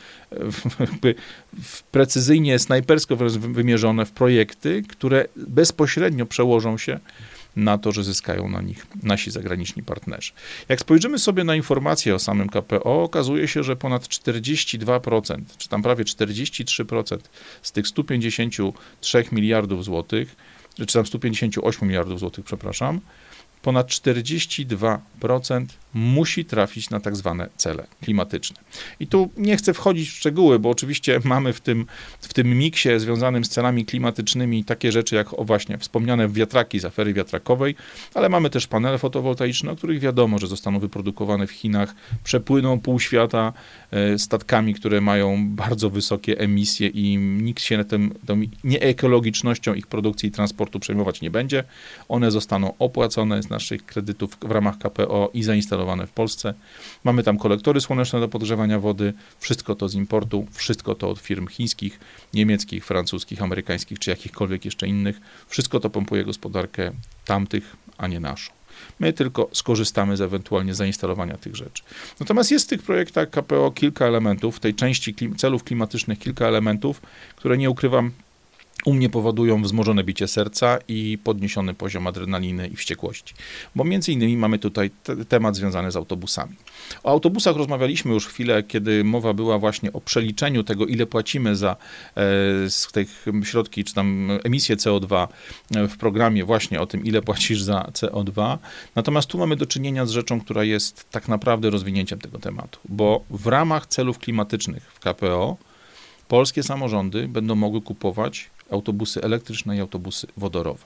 precyzyjnie, snajpersko wymierzone w projekty, które bezpośrednio przełożą się na to, że zyskają na nich nasi zagraniczni partnerzy. Jak spojrzymy sobie na informacje o samym KPO, okazuje się, że ponad 42%, czy tam prawie 43% z tych 153 miliardów złotych, czy tam 158 miliardów złotych, przepraszam, ponad 42% musi trafić na tak zwane cele klimatyczne. I tu nie chcę wchodzić w szczegóły, bo oczywiście mamy w tym miksie związanym z celami klimatycznymi takie rzeczy jak właśnie wspomniane wiatraki z afery wiatrakowej, ale mamy też panele fotowoltaiczne, o których wiadomo, że zostaną wyprodukowane w Chinach, przepłyną pół świata statkami, które mają bardzo wysokie emisje i nikt się tą nieekologicznością ich produkcji i transportu przejmować nie będzie. One zostaną opłacone z naszych kredytów w ramach KPO i zainstalowane w Polsce. Mamy tam kolektory słoneczne do podgrzewania wody, wszystko to z importu, wszystko to od firm chińskich, niemieckich, francuskich, amerykańskich czy jakichkolwiek jeszcze innych. Wszystko to pompuje gospodarkę tamtych, a nie naszą. My tylko skorzystamy z ewentualnie zainstalowania tych rzeczy. Natomiast jest w tych projektach KPO kilka elementów, w tej części celów klimatycznych kilka elementów, które nie ukrywam, u mnie powodują wzmożone bicie serca i podniesiony poziom adrenaliny i wściekłości. Bo między innymi mamy tutaj temat związany z autobusami. O autobusach rozmawialiśmy już chwilę, kiedy mowa była właśnie o przeliczeniu tego, ile płacimy za tych środki, czy tam emisję CO2 w programie, właśnie o tym, ile płacisz za CO2. Natomiast tu mamy do czynienia z rzeczą, która jest tak naprawdę rozwinięciem tego tematu. Bo w ramach celów klimatycznych w KPO polskie samorządy będą mogły kupować autobusy elektryczne i autobusy wodorowe.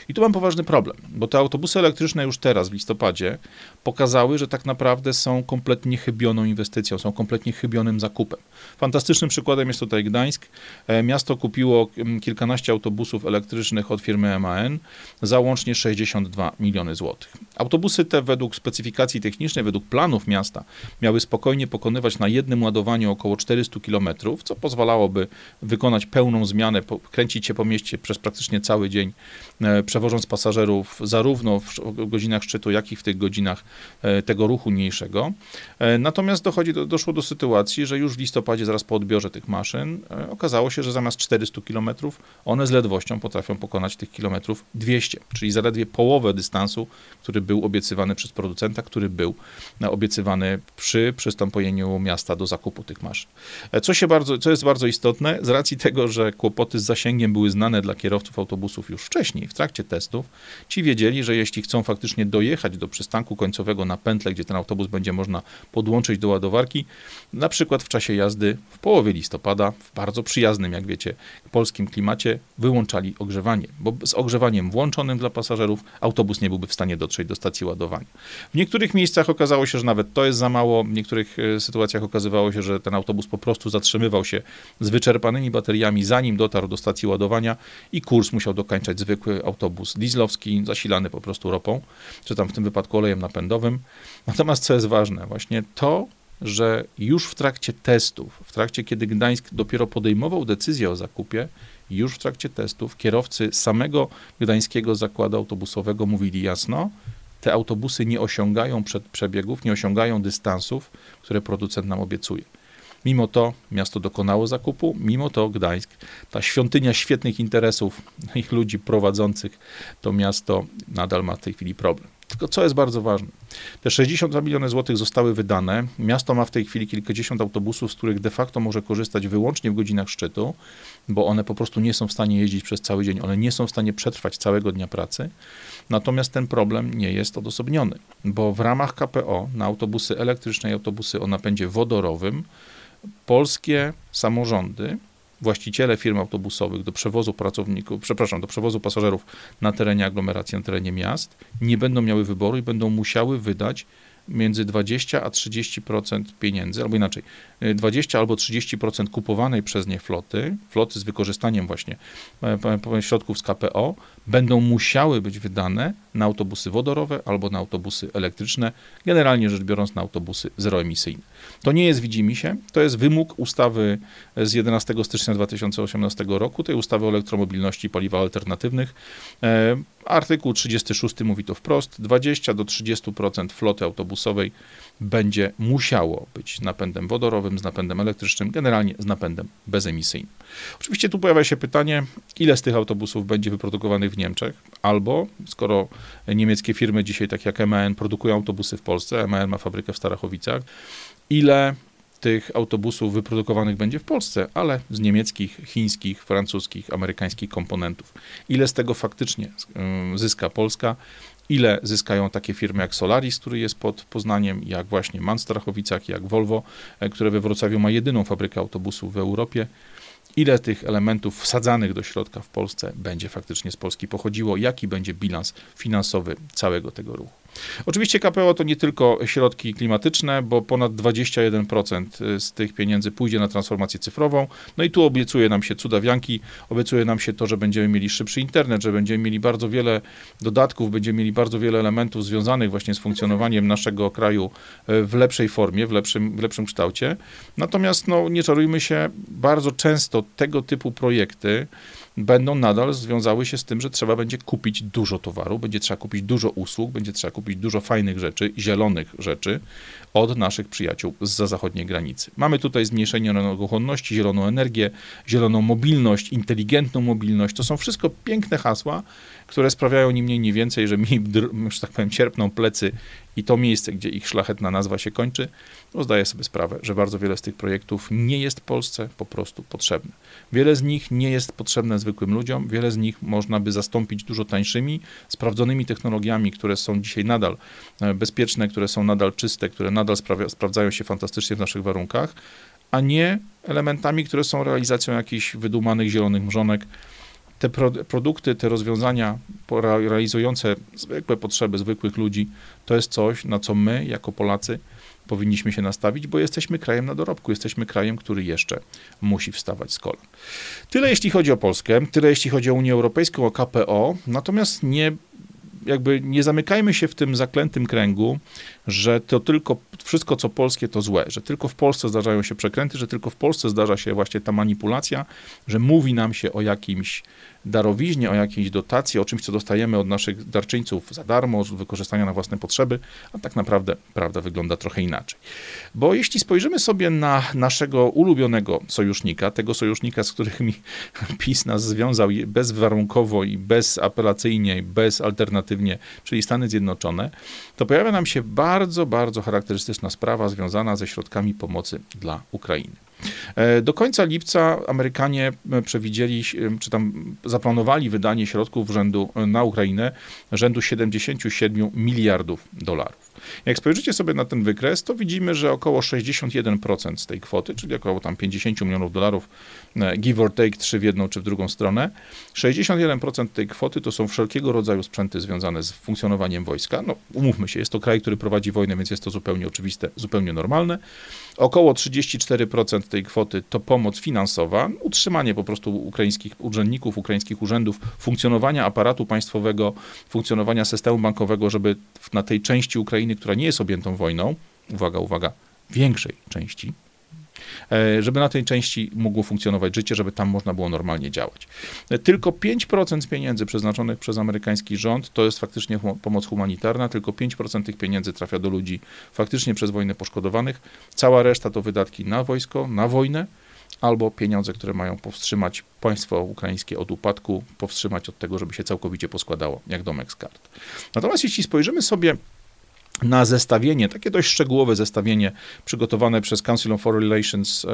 I tu mam poważny problem, bo te autobusy elektryczne już teraz w listopadzie pokazały, że tak naprawdę są kompletnie chybioną inwestycją, są kompletnie chybionym zakupem. Fantastycznym przykładem jest tutaj Gdańsk. Miasto kupiło kilkanaście autobusów elektrycznych od firmy MAN za łącznie 62 miliony złotych. Autobusy te według specyfikacji technicznej, według planów miasta miały spokojnie pokonywać na jednym ładowaniu około 400 km, co pozwalałoby wykonać pełną zmianę, kręcić się po mieście przez praktycznie cały dzień, przewożąc pasażerów zarówno w godzinach szczytu, jak i w tych godzinach tego ruchu mniejszego. Natomiast doszło do sytuacji, że już w listopadzie, zaraz po odbiorze tych maszyn, okazało się, że zamiast 400 km one z ledwością potrafią pokonać tych kilometrów 200, czyli zaledwie połowę dystansu, który był obiecywany przez producenta, który był obiecywany przy przystąpieniu miasta do zakupu tych maszyn. Co jest bardzo istotne, z racji tego, że kłopoty z zasięgiem były znane dla kierowców autobusów już wcześniej, w trakcie testów, ci wiedzieli, że jeśli chcą faktycznie dojechać do przystanku końcowego na pętlę, gdzie ten autobus będzie można podłączyć do ładowarki, na przykład w czasie jazdy w połowie listopada, w bardzo przyjaznym, jak wiecie, polskim klimacie, wyłączali ogrzewanie, bo z ogrzewaniem włączonym dla pasażerów autobus nie byłby w stanie dotrzeć do stacji ładowania. W niektórych miejscach okazało się, że nawet to jest za mało, w niektórych sytuacjach okazywało się, że ten autobus po prostu zatrzymywał się z wyczerpanymi bateriami, zanim dotarł do stacji ładowania i kurs musiał dokończać zwykły autobus dieslowski, zasilany po prostu ropą, czy tam w tym wypadku olejem napędowym. Natomiast co jest ważne, właśnie to, że już w trakcie testów, w trakcie kiedy Gdańsk dopiero podejmował decyzję o zakupie, już w trakcie testów kierowcy samego gdańskiego zakładu autobusowego mówili jasno, te autobusy nie osiągają przebiegów, nie osiągają dystansów, które producent nam obiecuje. Mimo to miasto dokonało zakupu, mimo to Gdańsk, ta świątynia świetnych interesów ich ludzi prowadzących to miasto, nadal ma w tej chwili problem. Tylko co jest bardzo ważne, te 62 miliony złotych zostały wydane, miasto ma w tej chwili kilkadziesiąt autobusów, z których de facto może korzystać wyłącznie w godzinach szczytu, bo one po prostu nie są w stanie jeździć przez cały dzień, one nie są w stanie przetrwać całego dnia pracy, natomiast ten problem nie jest odosobniony, bo w ramach KPO na autobusy elektryczne i autobusy o napędzie wodorowym polskie samorządy, właściciele firm autobusowych do przewozu pasażerów na terenie aglomeracji, na terenie miast, nie będą miały wyboru i będą musiały wydać między 20 a 30% pieniędzy, albo inaczej, 20 albo 30% kupowanej przez nie floty z wykorzystaniem właśnie środków z KPO, będą musiały być wydane na autobusy wodorowe albo na autobusy elektryczne, generalnie rzecz biorąc na autobusy zeroemisyjne. To nie jest widzimisię, to jest wymóg ustawy z 11 stycznia 2018 roku, tej ustawy o elektromobilności i paliwach alternatywnych. Artykuł 36 mówi to wprost, 20 do 30% floty autobusowej będzie musiało być napędem wodorowym, z napędem elektrycznym, generalnie z napędem bezemisyjnym. Oczywiście tu pojawia się pytanie, ile z tych autobusów będzie wyprodukowanych w Niemczech, albo skoro niemieckie firmy dzisiaj, tak jak MAN, produkują autobusy w Polsce, MAN ma fabrykę w Starachowicach, ile tych autobusów wyprodukowanych będzie w Polsce, ale z niemieckich, chińskich, francuskich, amerykańskich komponentów. Ile z tego faktycznie zyska Polska, ile zyskają takie firmy jak Solaris, który jest pod Poznaniem, jak właśnie MAN w Starachowicach, jak Volvo, które we Wrocławiu ma jedyną fabrykę autobusów w Europie. Ile tych elementów wsadzanych do środka w Polsce będzie faktycznie z Polski pochodziło, jaki będzie bilans finansowy całego tego ruchu. Oczywiście KPO to nie tylko środki klimatyczne, bo ponad 21% z tych pieniędzy pójdzie na transformację cyfrową. No i tu obiecuje nam się cudawianki, obiecuje nam się to, że będziemy mieli szybszy internet, że będziemy mieli bardzo wiele dodatków, będziemy mieli bardzo wiele elementów związanych właśnie z funkcjonowaniem naszego kraju w lepszej formie, w lepszym kształcie. Natomiast nie czarujmy się, bardzo często tego typu projekty będą nadal związały się z tym, że trzeba będzie kupić dużo towaru, będzie trzeba kupić dużo usług, będzie trzeba kupić dużo fajnych rzeczy, zielonych rzeczy od naszych przyjaciół zza zachodniej granicy. Mamy tutaj zmniejszenie energochłonności, zieloną energię, zieloną mobilność, inteligentną mobilność. To są wszystko piękne hasła, które sprawiają ni mniej, ni więcej, że mi, że tak powiem, cierpną plecy i to miejsce, gdzie ich szlachetna nazwa się kończy, zdaję sobie sprawę, że bardzo wiele z tych projektów nie jest Polsce po prostu potrzebne. Wiele z nich nie jest potrzebne zwykłym ludziom, wiele z nich można by zastąpić dużo tańszymi, sprawdzonymi technologiami, które są dzisiaj nadal bezpieczne, które są nadal czyste, które nadal sprawdzają się fantastycznie w naszych warunkach, a nie elementami, które są realizacją jakichś wydumanych zielonych mrzonek. te produkty, te rozwiązania realizujące zwykłe potrzeby zwykłych ludzi, to jest coś, na co my, jako Polacy, powinniśmy się nastawić, bo jesteśmy krajem na dorobku, jesteśmy krajem, który jeszcze musi wstawać z kolan. Tyle jeśli chodzi o Polskę, tyle jeśli chodzi o Unię Europejską, o KPO, natomiast nie zamykajmy się w tym zaklętym kręgu, że to tylko wszystko, co polskie, to złe, że tylko w Polsce zdarzają się przekręty, że tylko w Polsce zdarza się właśnie ta manipulacja, że mówi nam się o jakimś darowiźnie, o jakiejś dotacji, o czymś, co dostajemy od naszych darczyńców za darmo, z wykorzystania na własne potrzeby, a tak naprawdę prawda wygląda trochę inaczej. Bo jeśli spojrzymy sobie na naszego ulubionego sojusznika, tego sojusznika, z którymi PiS nas związał bezwarunkowo i bezapelacyjnie, i bezalternatywnie, czyli Stany Zjednoczone, to pojawia nam się bardzo, bardzo charakterystyczna sprawa związana ze środkami pomocy dla Ukrainy. Do końca lipca Amerykanie przewidzieli, czy tam zaplanowali wydanie środków na Ukrainę rzędu 77 miliardów dolarów. Jak spojrzycie sobie na ten wykres, to widzimy, że około 61% z tej kwoty, czyli około tam 50 milionów dolarów, give or take 3 w jedną czy w drugą stronę, 61% tej kwoty to są wszelkiego rodzaju sprzęty związane z funkcjonowaniem wojska. No, umówmy się, jest to kraj, który prowadzi wojnę, więc jest to zupełnie oczywiste, zupełnie normalne. Około 34% tej kwoty to pomoc finansowa, utrzymanie po prostu ukraińskich urzędników, ukraińskich urzędów, funkcjonowania aparatu państwowego, funkcjonowania systemu bankowego, żeby na tej części Ukrainy, która nie jest objętą wojną, uwaga, większej części, żeby na tej części mogło funkcjonować życie, żeby tam można było normalnie działać. Tylko 5% z pieniędzy przeznaczonych przez amerykański rząd to jest faktycznie pomoc humanitarna, tylko 5% tych pieniędzy trafia do ludzi faktycznie przez wojnę poszkodowanych. Cała reszta to wydatki na wojsko, na wojnę, albo pieniądze, które mają powstrzymać państwo ukraińskie od upadku, powstrzymać od tego, żeby się całkowicie poskładało, jak domek z kart. Natomiast jeśli spojrzymy sobie na zestawienie, takie dość szczegółowe zestawienie przygotowane przez Council on Foreign Relations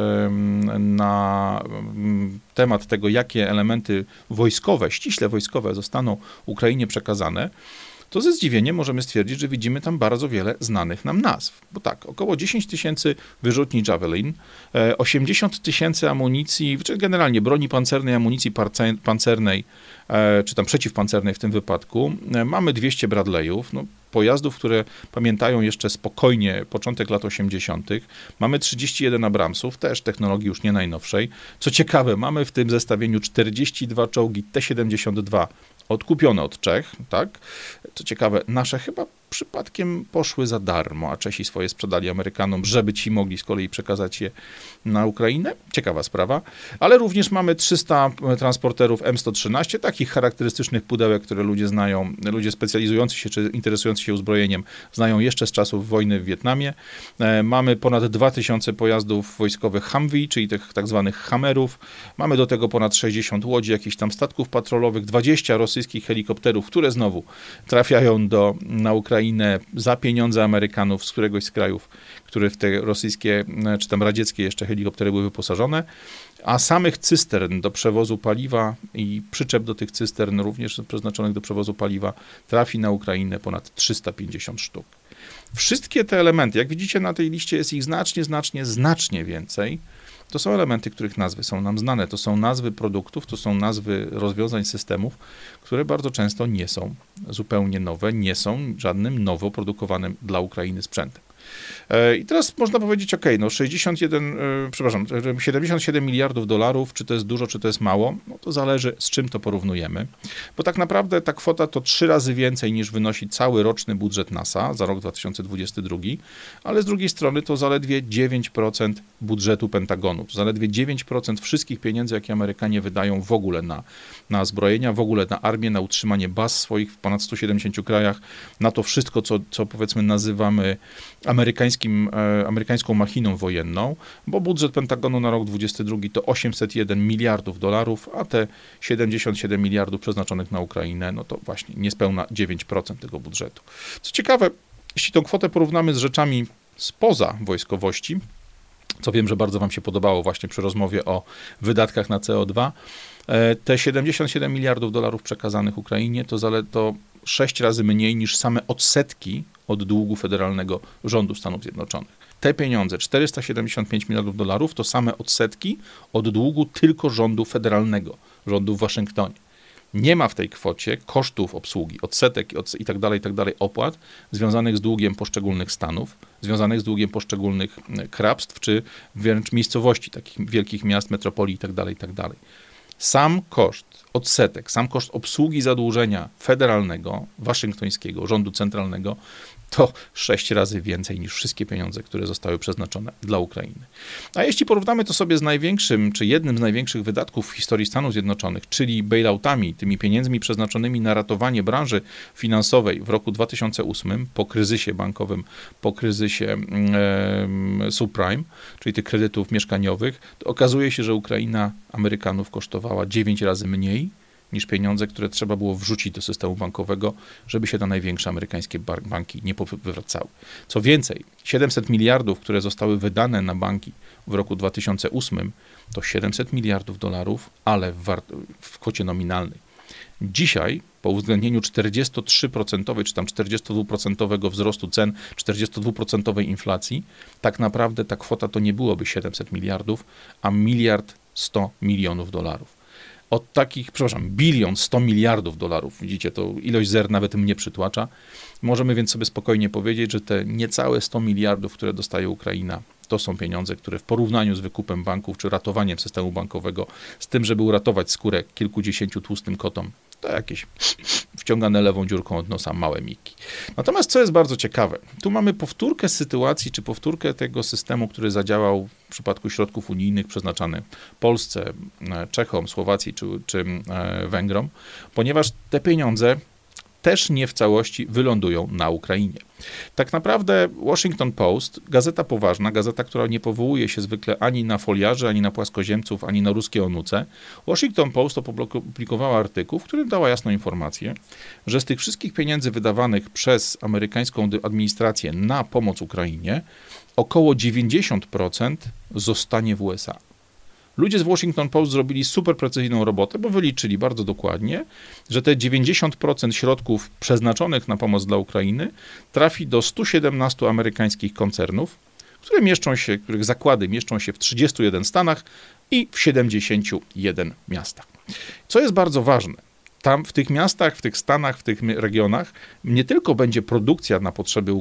na temat tego, jakie elementy wojskowe, ściśle wojskowe zostaną Ukrainie przekazane, to ze zdziwieniem możemy stwierdzić, że widzimy tam bardzo wiele znanych nam nazw. Bo tak, około 10 tysięcy wyrzutni Javelin, 80 tysięcy amunicji, czy generalnie broni pancernej, amunicji pancernej, czy tam przeciwpancernej w tym wypadku. Mamy 200 Bradleyów, pojazdów, które pamiętają jeszcze spokojnie początek lat 80. Mamy 31 Abramsów, też technologii już nie najnowszej. Co ciekawe, mamy w tym zestawieniu 42 czołgi T-72 odkupione od Czech, tak? Co ciekawe, nasze chyba przypadkiem poszły za darmo, a Czesi swoje sprzedali Amerykanom, żeby ci mogli z kolei przekazać je na Ukrainę. Ciekawa sprawa. Ale również mamy 300 transporterów M113, takich charakterystycznych pudełek, które ludzie znają, ludzie specjalizujący się czy interesujący się uzbrojeniem znają jeszcze z czasów wojny w Wietnamie. Mamy ponad 2000 pojazdów wojskowych Humvee, czyli tych tak zwanych Hammerów. Mamy do tego ponad 60 łodzi, jakichś tam statków patrolowych, 20 rosyjskich helikopterów, które znowu trafiają na Ukrainę za pieniądze Amerykanów z któregoś z krajów, które w te rosyjskie, czy tam radzieckie jeszcze helikoptery były wyposażone, a samych cystern do przewozu paliwa i przyczep do tych cystern, również przeznaczonych do przewozu paliwa, trafi na Ukrainę ponad 350 sztuk. Wszystkie te elementy, jak widzicie na tej liście jest ich znacznie więcej. To są elementy, których nazwy są nam znane. To są nazwy produktów, to są nazwy rozwiązań systemów, które bardzo często nie są zupełnie nowe, nie są żadnym nowo produkowanym dla Ukrainy sprzętem. I teraz można powiedzieć, 77 miliardów dolarów, czy to jest dużo, czy to jest mało, to zależy, z czym to porównujemy, bo tak naprawdę ta kwota to 3 razy więcej niż wynosi cały roczny budżet NASA za rok 2022, ale z drugiej strony to zaledwie 9% budżetu Pentagonu, to zaledwie 9% wszystkich pieniędzy, jakie Amerykanie wydają w ogóle na zbrojenia, w ogóle na armię, na utrzymanie baz swoich w ponad 170 krajach, na to wszystko, co powiedzmy nazywamy amerykańską machiną wojenną, bo budżet Pentagonu na rok 2022 to 801 miliardów dolarów, a te 77 miliardów przeznaczonych na Ukrainę, to właśnie niespełna 9% tego budżetu. Co ciekawe, jeśli tą kwotę porównamy z rzeczami spoza wojskowości, co wiem, że bardzo wam się podobało właśnie przy rozmowie o wydatkach na CO2, te 77 miliardów dolarów przekazanych Ukrainie to 6 razy mniej niż same odsetki od długu federalnego rządu Stanów Zjednoczonych. Te pieniądze, 475 miliardów dolarów, to same odsetki od długu tylko rządu federalnego, rządu w Waszyngtonie. Nie ma w tej kwocie kosztów obsługi, odsetek i tak dalej, opłat związanych z długiem poszczególnych stanów, związanych z długiem poszczególnych hrabstw, czy wręcz miejscowości, takich wielkich miast, metropolii i tak dalej. Sam koszt odsetek, sam koszt obsługi zadłużenia federalnego, waszyngtońskiego, rządu centralnego to 6 razy więcej niż wszystkie pieniądze, które zostały przeznaczone dla Ukrainy. A jeśli porównamy to sobie z największym, czy jednym z największych wydatków w historii Stanów Zjednoczonych, czyli bailoutami, tymi pieniędzmi przeznaczonymi na ratowanie branży finansowej w roku 2008, po kryzysie bankowym, po kryzysie subprime, czyli tych kredytów mieszkaniowych, to okazuje się, że Ukraina Amerykanów kosztowała 9 razy mniej niż pieniądze, które trzeba było wrzucić do systemu bankowego, żeby się te największe amerykańskie banki nie wywracały. Co więcej, 700 miliardów, które zostały wydane na banki w roku 2008, to 700 miliardów dolarów, ale w kwocie nominalnej. Dzisiaj, po uwzględnieniu 43% czy tam 42% wzrostu cen, 42% inflacji, tak naprawdę ta kwota to nie byłoby 700 miliardów, a 1,1 mld dolarów. Od takich, bilion 100 miliardów dolarów, widzicie, to ilość zer nawet mnie przytłacza. Możemy więc sobie spokojnie powiedzieć, że te niecałe 100 miliardów, które dostaje Ukraina, to są pieniądze, które w porównaniu z wykupem banków czy ratowaniem systemu bankowego, z tym, żeby uratować skórę kilkudziesięciu tłustym kotom, to jakieś wciągane lewą dziurką od nosa małe miki. Natomiast co jest bardzo ciekawe, tu mamy powtórkę sytuacji, czy powtórkę tego systemu, który zadziałał w przypadku środków unijnych przeznaczany Polsce, Czechom, Słowacji czy Węgrom, ponieważ te pieniądze też nie w całości wylądują na Ukrainie. Tak naprawdę Washington Post, gazeta poważna, gazeta, która nie powołuje się zwykle ani na foliarzy, ani na płaskoziemców, ani na ruskie onuce, Washington Post opublikowała artykuł, w którym dała jasną informację, że z tych wszystkich pieniędzy wydawanych przez amerykańską administrację na pomoc Ukrainie, około 90% zostanie w USA. Ludzie z Washington Post zrobili super precyzyjną robotę, bo wyliczyli bardzo dokładnie, że te 90% środków przeznaczonych na pomoc dla Ukrainy trafi do 117 amerykańskich koncernów, których zakłady mieszczą się w 31 stanach i w 71 miastach. Co jest bardzo ważne, tam w tych miastach, w tych stanach, w tych regionach nie tylko będzie produkcja na potrzeby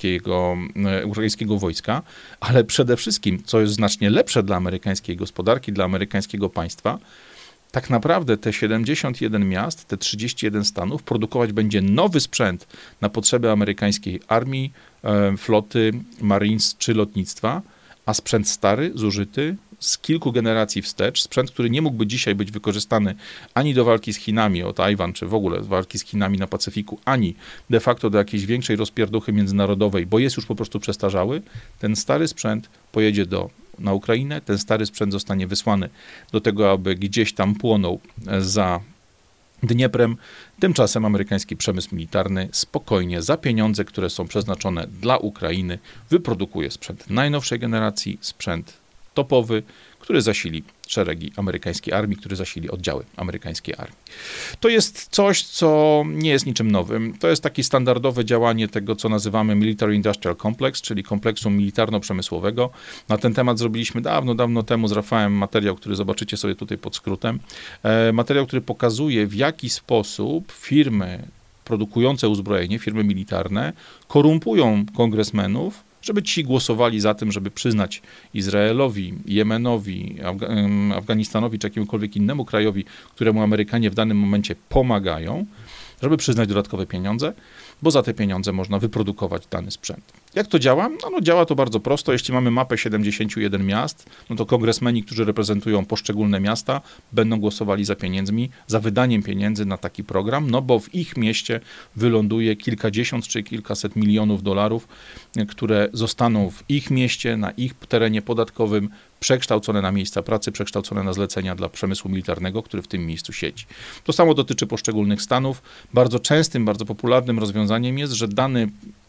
ukraińskiego wojska, ale przede wszystkim, co jest znacznie lepsze dla amerykańskiej gospodarki, dla amerykańskiego państwa, tak naprawdę te 71 miast, te 31 stanów produkować będzie nowy sprzęt na potrzeby amerykańskiej armii, floty, Marines czy lotnictwa, a sprzęt stary, zużyty, z kilku generacji wstecz, sprzęt, który nie mógłby dzisiaj być wykorzystany ani do walki z Chinami o Tajwan, czy w ogóle walki z Chinami na Pacyfiku, ani de facto do jakiejś większej rozpierduchy międzynarodowej, bo jest już po prostu przestarzały, ten stary sprzęt pojedzie na Ukrainę, ten stary sprzęt zostanie wysłany do tego, aby gdzieś tam płonął za Dnieprem. Tymczasem amerykański przemysł militarny spokojnie za pieniądze, które są przeznaczone dla Ukrainy, wyprodukuje sprzęt najnowszej generacji, sprzęt topowy, który zasili szeregi amerykańskiej armii, który zasili oddziały amerykańskiej armii. To jest coś, co nie jest niczym nowym. To jest takie standardowe działanie tego, co nazywamy Military Industrial Complex, czyli kompleksu militarno-przemysłowego. Na ten temat zrobiliśmy dawno temu z Rafałem materiał, który zobaczycie sobie tutaj pod skrótem. Materiał, który pokazuje, w jaki sposób firmy produkujące uzbrojenie, firmy militarne, korumpują kongresmenów, żeby ci głosowali za tym, żeby przyznać Izraelowi, Jemenowi, Afganistanowi czy jakiemukolwiek innemu krajowi, któremu Amerykanie w danym momencie pomagają, żeby przyznać dodatkowe pieniądze, bo za te pieniądze można wyprodukować dany sprzęt. Jak to działa? No działa to bardzo prosto. Jeśli mamy mapę 71 miast, no to kongresmeni, którzy reprezentują poszczególne miasta, będą głosowali za pieniędzmi, za wydaniem pieniędzy na taki program, no bo w ich mieście wyląduje kilkadziesiąt czy kilkaset milionów dolarów, które zostaną w ich mieście, na ich terenie podatkowym, przekształcone na miejsca pracy, przekształcone na zlecenia dla przemysłu militarnego, który w tym miejscu siedzi. To samo dotyczy poszczególnych stanów. Bardzo częstym, bardzo popularnym rozwiązaniem jest, że dany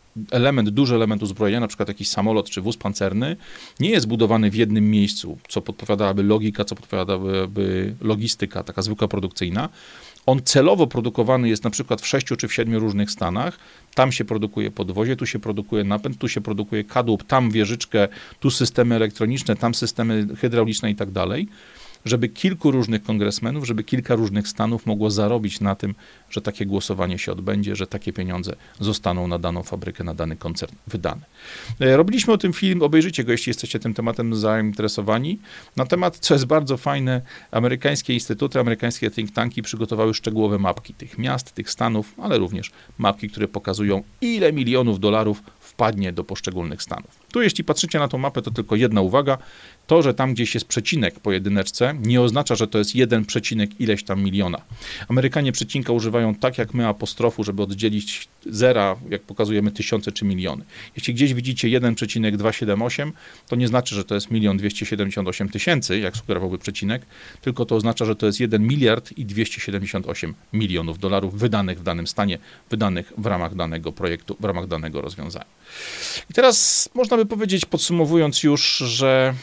duży element uzbrojenia, na przykład jakiś samolot czy wóz pancerny, nie jest budowany w jednym miejscu, co podpowiadałaby logika, co podpowiadałaby logistyka, taka zwykła produkcyjna. On celowo produkowany jest na przykład w 6 czy w 7 różnych stanach. Tam się produkuje podwozie, tu się produkuje napęd, tu się produkuje kadłub, tam wieżyczkę, tu systemy elektroniczne, tam systemy hydrauliczne i tak dalej. żeby kilku różnych kongresmenów, żeby kilka różnych stanów mogło zarobić na tym, że takie głosowanie się odbędzie, że takie pieniądze zostaną na daną fabrykę, na dany koncern wydane. Robiliśmy o tym film, obejrzyjcie go, jeśli jesteście tym tematem zainteresowani. Na temat, co jest bardzo fajne, amerykańskie instytuty, amerykańskie think tanki przygotowały szczegółowe mapki tych miast, tych stanów, ale również mapki, które pokazują, ile milionów dolarów wpadnie do poszczególnych stanów. Tu, jeśli patrzycie na tą mapę, to tylko jedna uwaga. To, że tam gdzieś jest przecinek po jedyneczce, nie oznacza, że to jest 1 przecinek ileś tam miliona. Amerykanie przecinka używają tak jak my apostrofu, żeby oddzielić zera, jak pokazujemy tysiące czy miliony. Jeśli gdzieś widzicie 1,278, to nie znaczy, że to jest 1 278 000, jak sugerowałby przecinek, tylko to oznacza, że to jest 1 miliard i 278 milionów dolarów wydanych w danym stanie, wydanych w ramach danego projektu, w ramach danego rozwiązania. I teraz można by powiedzieć, podsumowując już, że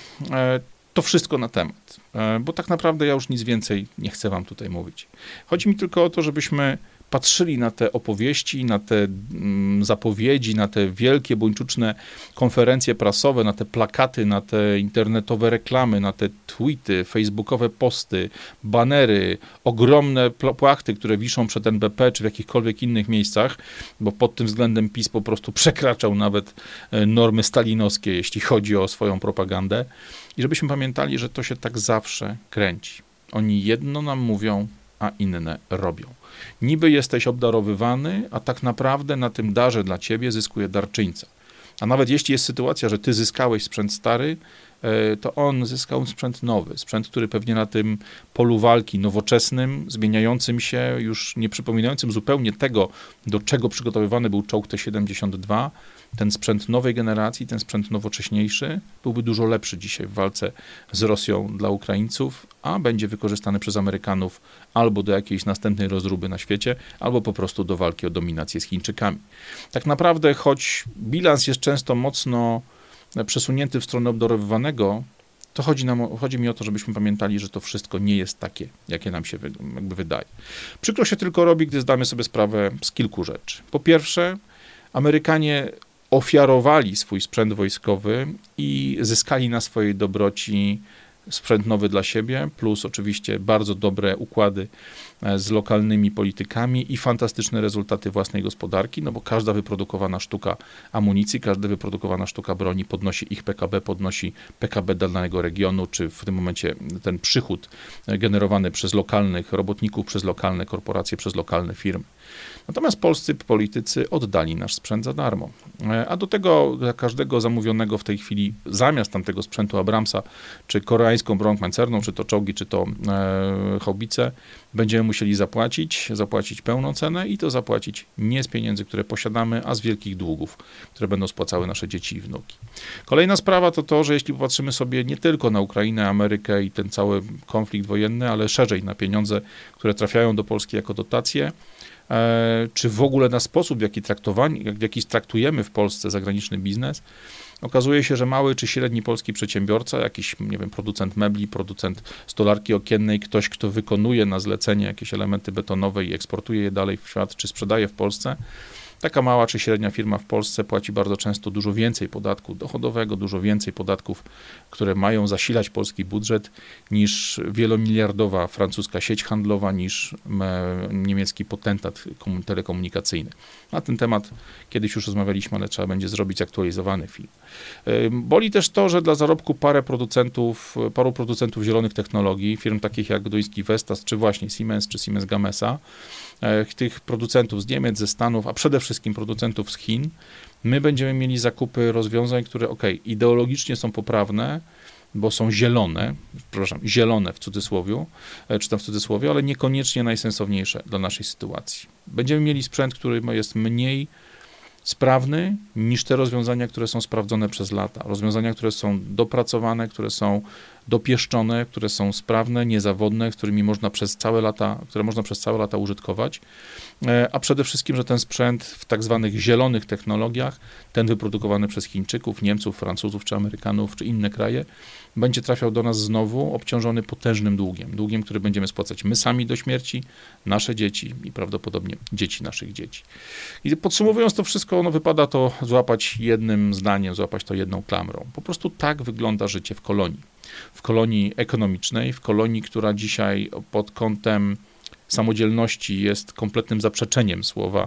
to wszystko na temat, bo tak naprawdę ja już nic więcej nie chcę wam tutaj mówić. Chodzi mi tylko o to, żebyśmy patrzyli na te opowieści, na te zapowiedzi, na te wielkie, buńczuczne konferencje prasowe, na te plakaty, na te internetowe reklamy, na te tweety, facebookowe posty, banery, ogromne płachty, które wiszą przed NBP czy w jakichkolwiek innych miejscach, bo pod tym względem PiS po prostu przekraczał nawet normy stalinowskie, jeśli chodzi o swoją propagandę. I żebyśmy pamiętali, że to się tak zawsze kręci. Oni jedno nam mówią, a inne robią. Niby jesteś obdarowywany, a tak naprawdę na tym darze dla ciebie zyskuje darczyńca. A nawet jeśli jest sytuacja, że ty zyskałeś sprzęt stary, to on zyskał sprzęt nowy. Sprzęt, który pewnie na tym polu walki nowoczesnym, zmieniającym się, już nie przypominającym zupełnie tego, do czego przygotowywany był czołg T-72, ten sprzęt nowej generacji, ten sprzęt nowocześniejszy byłby dużo lepszy dzisiaj w walce z Rosją dla Ukraińców, a będzie wykorzystany przez Amerykanów albo do jakiejś następnej rozruby na świecie, albo po prostu do walki o dominację z Chińczykami. Tak naprawdę, choć bilans jest często mocno przesunięty w stronę obdarowywanego, to chodzi mi o to, żebyśmy pamiętali, że to wszystko nie jest takie, jakie nam się jakby wydaje. Przykro się tylko robi, gdy zdamy sobie sprawę z kilku rzeczy. Po pierwsze, Amerykanie ofiarowali swój sprzęt wojskowy i zyskali na swojej dobroci sprzęt nowy dla siebie, plus oczywiście bardzo dobre układy z lokalnymi politykami i fantastyczne rezultaty własnej gospodarki, no bo każda wyprodukowana sztuka amunicji, każda wyprodukowana sztuka broni podnosi ich PKB, podnosi PKB danego regionu, czy w tym momencie ten przychód generowany przez lokalnych robotników, przez lokalne korporacje, przez lokalne firmy. Natomiast polscy politycy oddali nasz sprzęt za darmo. A do tego dla każdego zamówionego w tej chwili zamiast tamtego sprzętu Abramsa, czy koreańską broń pancerną, czy to czołgi, czy to haubice, będziemy musieli zapłacić pełną cenę i to zapłacić nie z pieniędzy, które posiadamy, a z wielkich długów, które będą spłacały nasze dzieci i wnuki. Kolejna sprawa to to, że jeśli popatrzymy sobie nie tylko na Ukrainę, Amerykę i ten cały konflikt wojenny, ale szerzej na pieniądze, które trafiają do Polski jako dotacje, czy w ogóle na sposób, w jaki traktujemy w Polsce zagraniczny biznes, okazuje się, że mały czy średni polski przedsiębiorca, jakiś, nie wiem, producent mebli, producent stolarki okiennej, ktoś, kto wykonuje na zlecenie jakieś elementy betonowe i eksportuje je dalej w świat, czy sprzedaje w Polsce, taka mała czy średnia firma w Polsce płaci bardzo często dużo więcej podatku dochodowego, dużo więcej podatków, które mają zasilać polski budżet, niż wielomiliardowa francuska sieć handlowa, niż niemiecki potentat telekomunikacyjny. Na ten temat kiedyś już rozmawialiśmy, ale trzeba będzie zrobić aktualizowany film. Boli też to, że dla zarobku paru producentów zielonych technologii, firm takich jak duński Vestas, czy właśnie Siemens, czy Siemens Gamesa, tych producentów z Niemiec, ze Stanów, a przede wszystkim producentów z Chin, my będziemy mieli zakupy rozwiązań, które ideologicznie są poprawne, bo są zielone w cudzysłowie, ale niekoniecznie najsensowniejsze dla naszej sytuacji. Będziemy mieli sprzęt, który jest mniej sprawny niż te rozwiązania, które są sprawdzone przez lata. Rozwiązania, które są dopracowane, które są dopieszczone, które są sprawne, niezawodne, które można przez całe lata użytkować, a przede wszystkim, że ten sprzęt w tak zwanych zielonych technologiach, ten wyprodukowany przez Chińczyków, Niemców, Francuzów, czy Amerykanów, czy inne kraje, będzie trafiał do nas znowu obciążony potężnym długiem, który będziemy spłacać my sami do śmierci, nasze dzieci i prawdopodobnie dzieci naszych dzieci. I podsumowując to wszystko, wypada to złapać jednym zdaniem, złapać to jedną klamrą. Po prostu tak wygląda życie w kolonii. w kolonii ekonomicznej, w kolonii, która dzisiaj pod kątem samodzielności jest kompletnym zaprzeczeniem słowa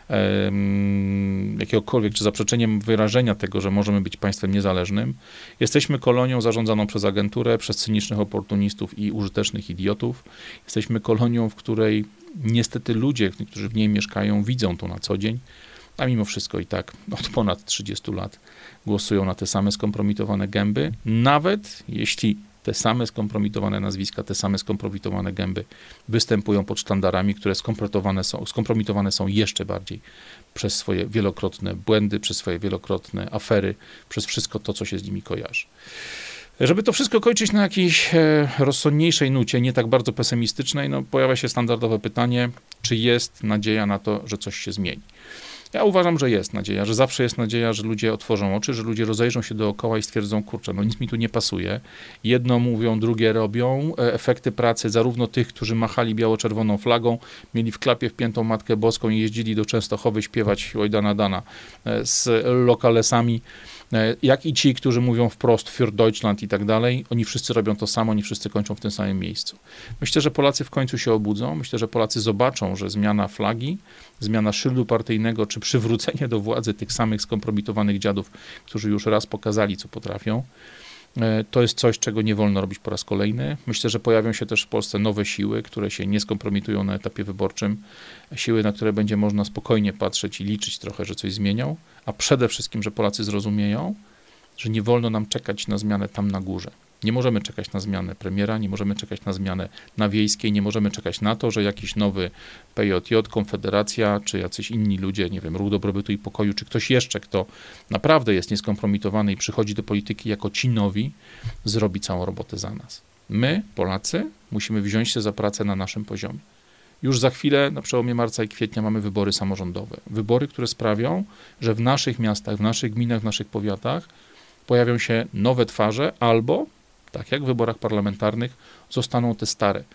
jakiegokolwiek, czy zaprzeczeniem wyrażenia tego, że możemy być państwem niezależnym. Jesteśmy kolonią zarządzaną przez agenturę, przez cynicznych oportunistów i użytecznych idiotów. Jesteśmy kolonią, w której niestety ludzie, którzy w niej mieszkają, widzą to na co dzień, a mimo wszystko i tak od ponad 30 lat głosują na te same skompromitowane gęby, nawet jeśli te same skompromitowane nazwiska, te same skompromitowane gęby występują pod sztandarami, które skompromitowane są jeszcze bardziej przez swoje wielokrotne błędy, przez swoje wielokrotne afery, przez wszystko to, co się z nimi kojarzy. Żeby to wszystko kończyć na jakiejś rozsądniejszej nucie, nie tak bardzo pesymistycznej, no pojawia się standardowe pytanie, czy jest nadzieja na to, że coś się zmieni. Ja uważam, że jest nadzieja, że zawsze jest nadzieja, że ludzie otworzą oczy, że ludzie rozejrzą się dookoła i stwierdzą, kurczę, no nic mi tu nie pasuje. Jedno mówią, drugie robią. Efekty pracy zarówno tych, którzy machali biało-czerwoną flagą, mieli w klapie wpiętą Matkę Boską i jeździli do Częstochowy śpiewać Oj Dana Dana z lokalesami, jak i ci, którzy mówią wprost für Deutschland i tak dalej. Oni wszyscy robią to samo, oni wszyscy kończą w tym samym miejscu. Myślę, że Polacy w końcu się obudzą. Myślę, że Polacy zobaczą, że zmiana flagi, zmiana szyldu partyjnego, czy przywrócenie do władzy tych samych skompromitowanych dziadów, którzy już raz pokazali, co potrafią, to jest coś, czego nie wolno robić po raz kolejny. Myślę, że pojawią się też w Polsce nowe siły, które się nie skompromitują na etapie wyborczym. Siły, na które będzie można spokojnie patrzeć i liczyć trochę, że coś zmienią, a przede wszystkim, że Polacy zrozumieją, że nie wolno nam czekać na zmianę tam na górze. Nie możemy czekać na zmianę premiera, nie możemy czekać na zmianę na Wiejskiej, nie możemy czekać na to, że jakiś nowy PJJ, Konfederacja, czy jacyś inni ludzie, nie wiem, Ruch Dobrobytu i Pokoju, czy ktoś jeszcze, kto naprawdę jest nieskompromitowany i przychodzi do polityki jako ci nowi, zrobi całą robotę za nas. My, Polacy, musimy wziąć się za pracę na naszym poziomie. Już za chwilę, na przełomie marca i kwietnia, mamy wybory samorządowe. Wybory, które sprawią, że w naszych miastach, w naszych gminach, w naszych powiatach pojawią się nowe twarze albo, tak jak w wyborach parlamentarnych, zostaną te stare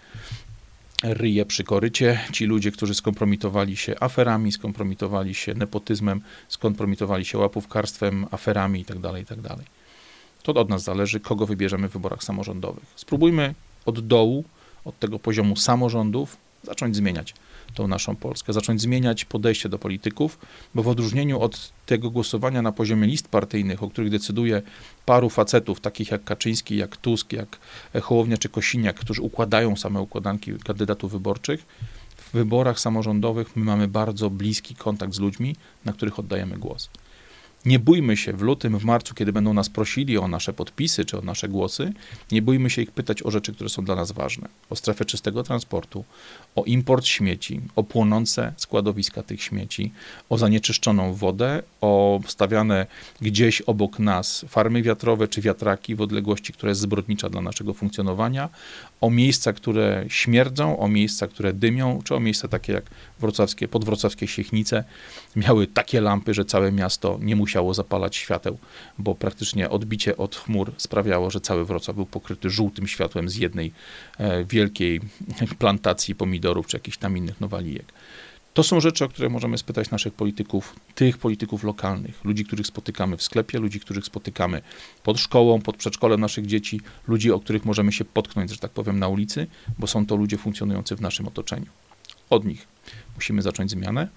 ryje przy korycie. Ci ludzie, którzy skompromitowali się aferami, skompromitowali się nepotyzmem, skompromitowali się łapówkarstwem, aferami itd., itd. To od nas zależy, kogo wybierzemy w wyborach samorządowych. Spróbujmy od dołu, od tego poziomu samorządów, zacząć zmieniać tą naszą Polskę, zacząć zmieniać podejście do polityków, bo w odróżnieniu od tego głosowania na poziomie list partyjnych, o których decyduje paru facetów, takich jak Kaczyński, jak Tusk, jak Hołownia czy Kosiniak, którzy układają same układanki kandydatów wyborczych, w wyborach samorządowych my mamy bardzo bliski kontakt z ludźmi, na których oddajemy głos. Nie bójmy się w lutym, w marcu, kiedy będą nas prosili o nasze podpisy czy o nasze głosy, nie bójmy się ich pytać o rzeczy, które są dla nas ważne. O strefę czystego transportu, o import śmieci, o płonące składowiska tych śmieci, o zanieczyszczoną wodę, o stawiane gdzieś obok nas farmy wiatrowe czy wiatraki w odległości, która jest zbrodnicza dla naszego funkcjonowania, o miejsca, które śmierdzą, o miejsca, które dymią, czy o miejsca takie jak podwrocławskie Siechnice miały takie lampy, że całe miasto nie musiało zapalać świateł, bo praktycznie odbicie od chmur sprawiało, że cały Wrocław był pokryty żółtym światłem z jednej wielkiej plantacji pomidorów czy jakichś tam innych nowalijek. To są rzeczy, o które możemy spytać naszych polityków, tych polityków lokalnych, ludzi, których spotykamy w sklepie, ludzi, których spotykamy pod szkołą, pod przedszkolem naszych dzieci, ludzi, o których możemy się potknąć, że tak powiem, na ulicy, bo są to ludzie funkcjonujący w naszym otoczeniu. Od nich musimy zacząć zmianę,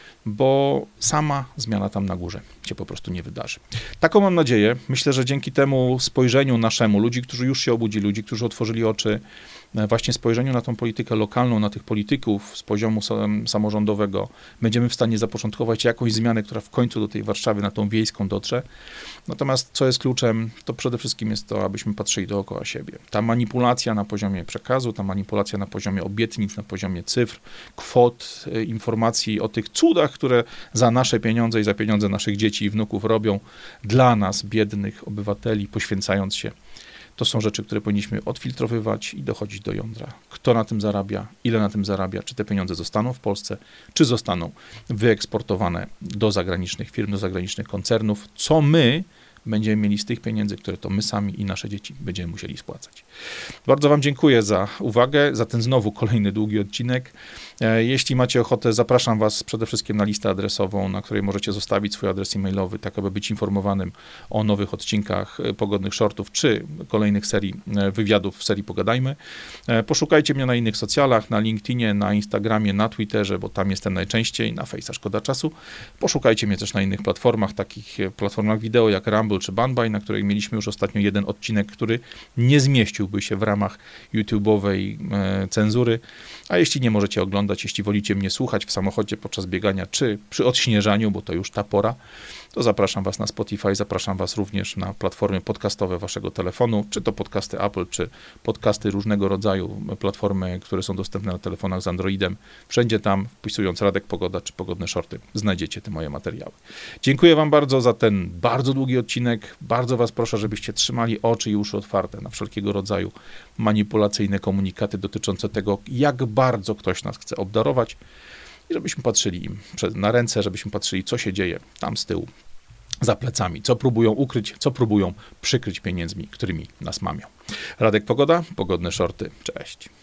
bo sama zmiana tam na górze się po prostu nie wydarzy. Taką mam nadzieję. Myślę, że dzięki temu spojrzeniu naszemu, ludzi, którzy już się obudzili, ludzi, którzy otworzyli oczy, właśnie spojrzeniu na tą politykę lokalną, na tych polityków z poziomu samorządowego, będziemy w stanie zapoczątkować jakąś zmianę, która w końcu do tej Warszawy, na tą wiejską dotrze. Natomiast co jest kluczem, to przede wszystkim jest to, abyśmy patrzyli dookoła siebie. Ta manipulacja na poziomie przekazu, ta manipulacja na poziomie obietnic, na poziomie cyfr, kwot, informacji o tych cudach, które za nasze pieniądze i za pieniądze naszych dzieci i wnuków robią dla nas, biednych obywateli, poświęcając się. To są rzeczy, które powinniśmy odfiltrowywać i dochodzić do jądra. Kto na tym zarabia, ile na tym zarabia, czy te pieniądze zostaną w Polsce, czy zostaną wyeksportowane do zagranicznych firm, do zagranicznych koncernów, co my będziemy mieli z tych pieniędzy, które to my sami i nasze dzieci będziemy musieli spłacać. Bardzo wam dziękuję za uwagę, za ten znowu kolejny długi odcinek. Jeśli macie ochotę, zapraszam was przede wszystkim na listę adresową, na której możecie zostawić swój adres e-mailowy, tak aby być informowanym o nowych odcinkach Pogodnych Shortów, czy kolejnych serii wywiadów w serii Pogadajmy. Poszukajcie mnie na innych socjalach, na LinkedInie, na Instagramie, na Twitterze, bo tam jestem najczęściej, na Face'a szkoda czasu. Poszukajcie mnie też na innych platformach, takich platformach wideo jak Rumble czy Banbay, na której mieliśmy już ostatnio jeden odcinek, który nie zmieściłby się w ramach YouTube'owej cenzury. A jeśli nie możecie oglądać, jeśli wolicie mnie słuchać w samochodzie podczas biegania, czy przy odśnieżaniu, bo to już ta pora, to zapraszam was na Spotify, zapraszam was również na platformy podcastowe waszego telefonu, czy to podcasty Apple, czy podcasty różnego rodzaju, platformy, które są dostępne na telefonach z Androidem. Wszędzie tam, wpisując Radek Pogoda czy Pogodne Shorty, znajdziecie te moje materiały. Dziękuję wam bardzo za ten bardzo długi odcinek. Bardzo was proszę, żebyście trzymali oczy i uszy otwarte na wszelkiego rodzaju manipulacyjne komunikaty dotyczące tego, jak bardzo ktoś nas chce obdarować i żebyśmy patrzyli im na ręce, żebyśmy patrzyli, co się dzieje tam z tyłu, za plecami, co próbują ukryć, co próbują przykryć pieniędzmi, którymi nas mamią. Radek Pogoda, Pogodne Shorty, cześć.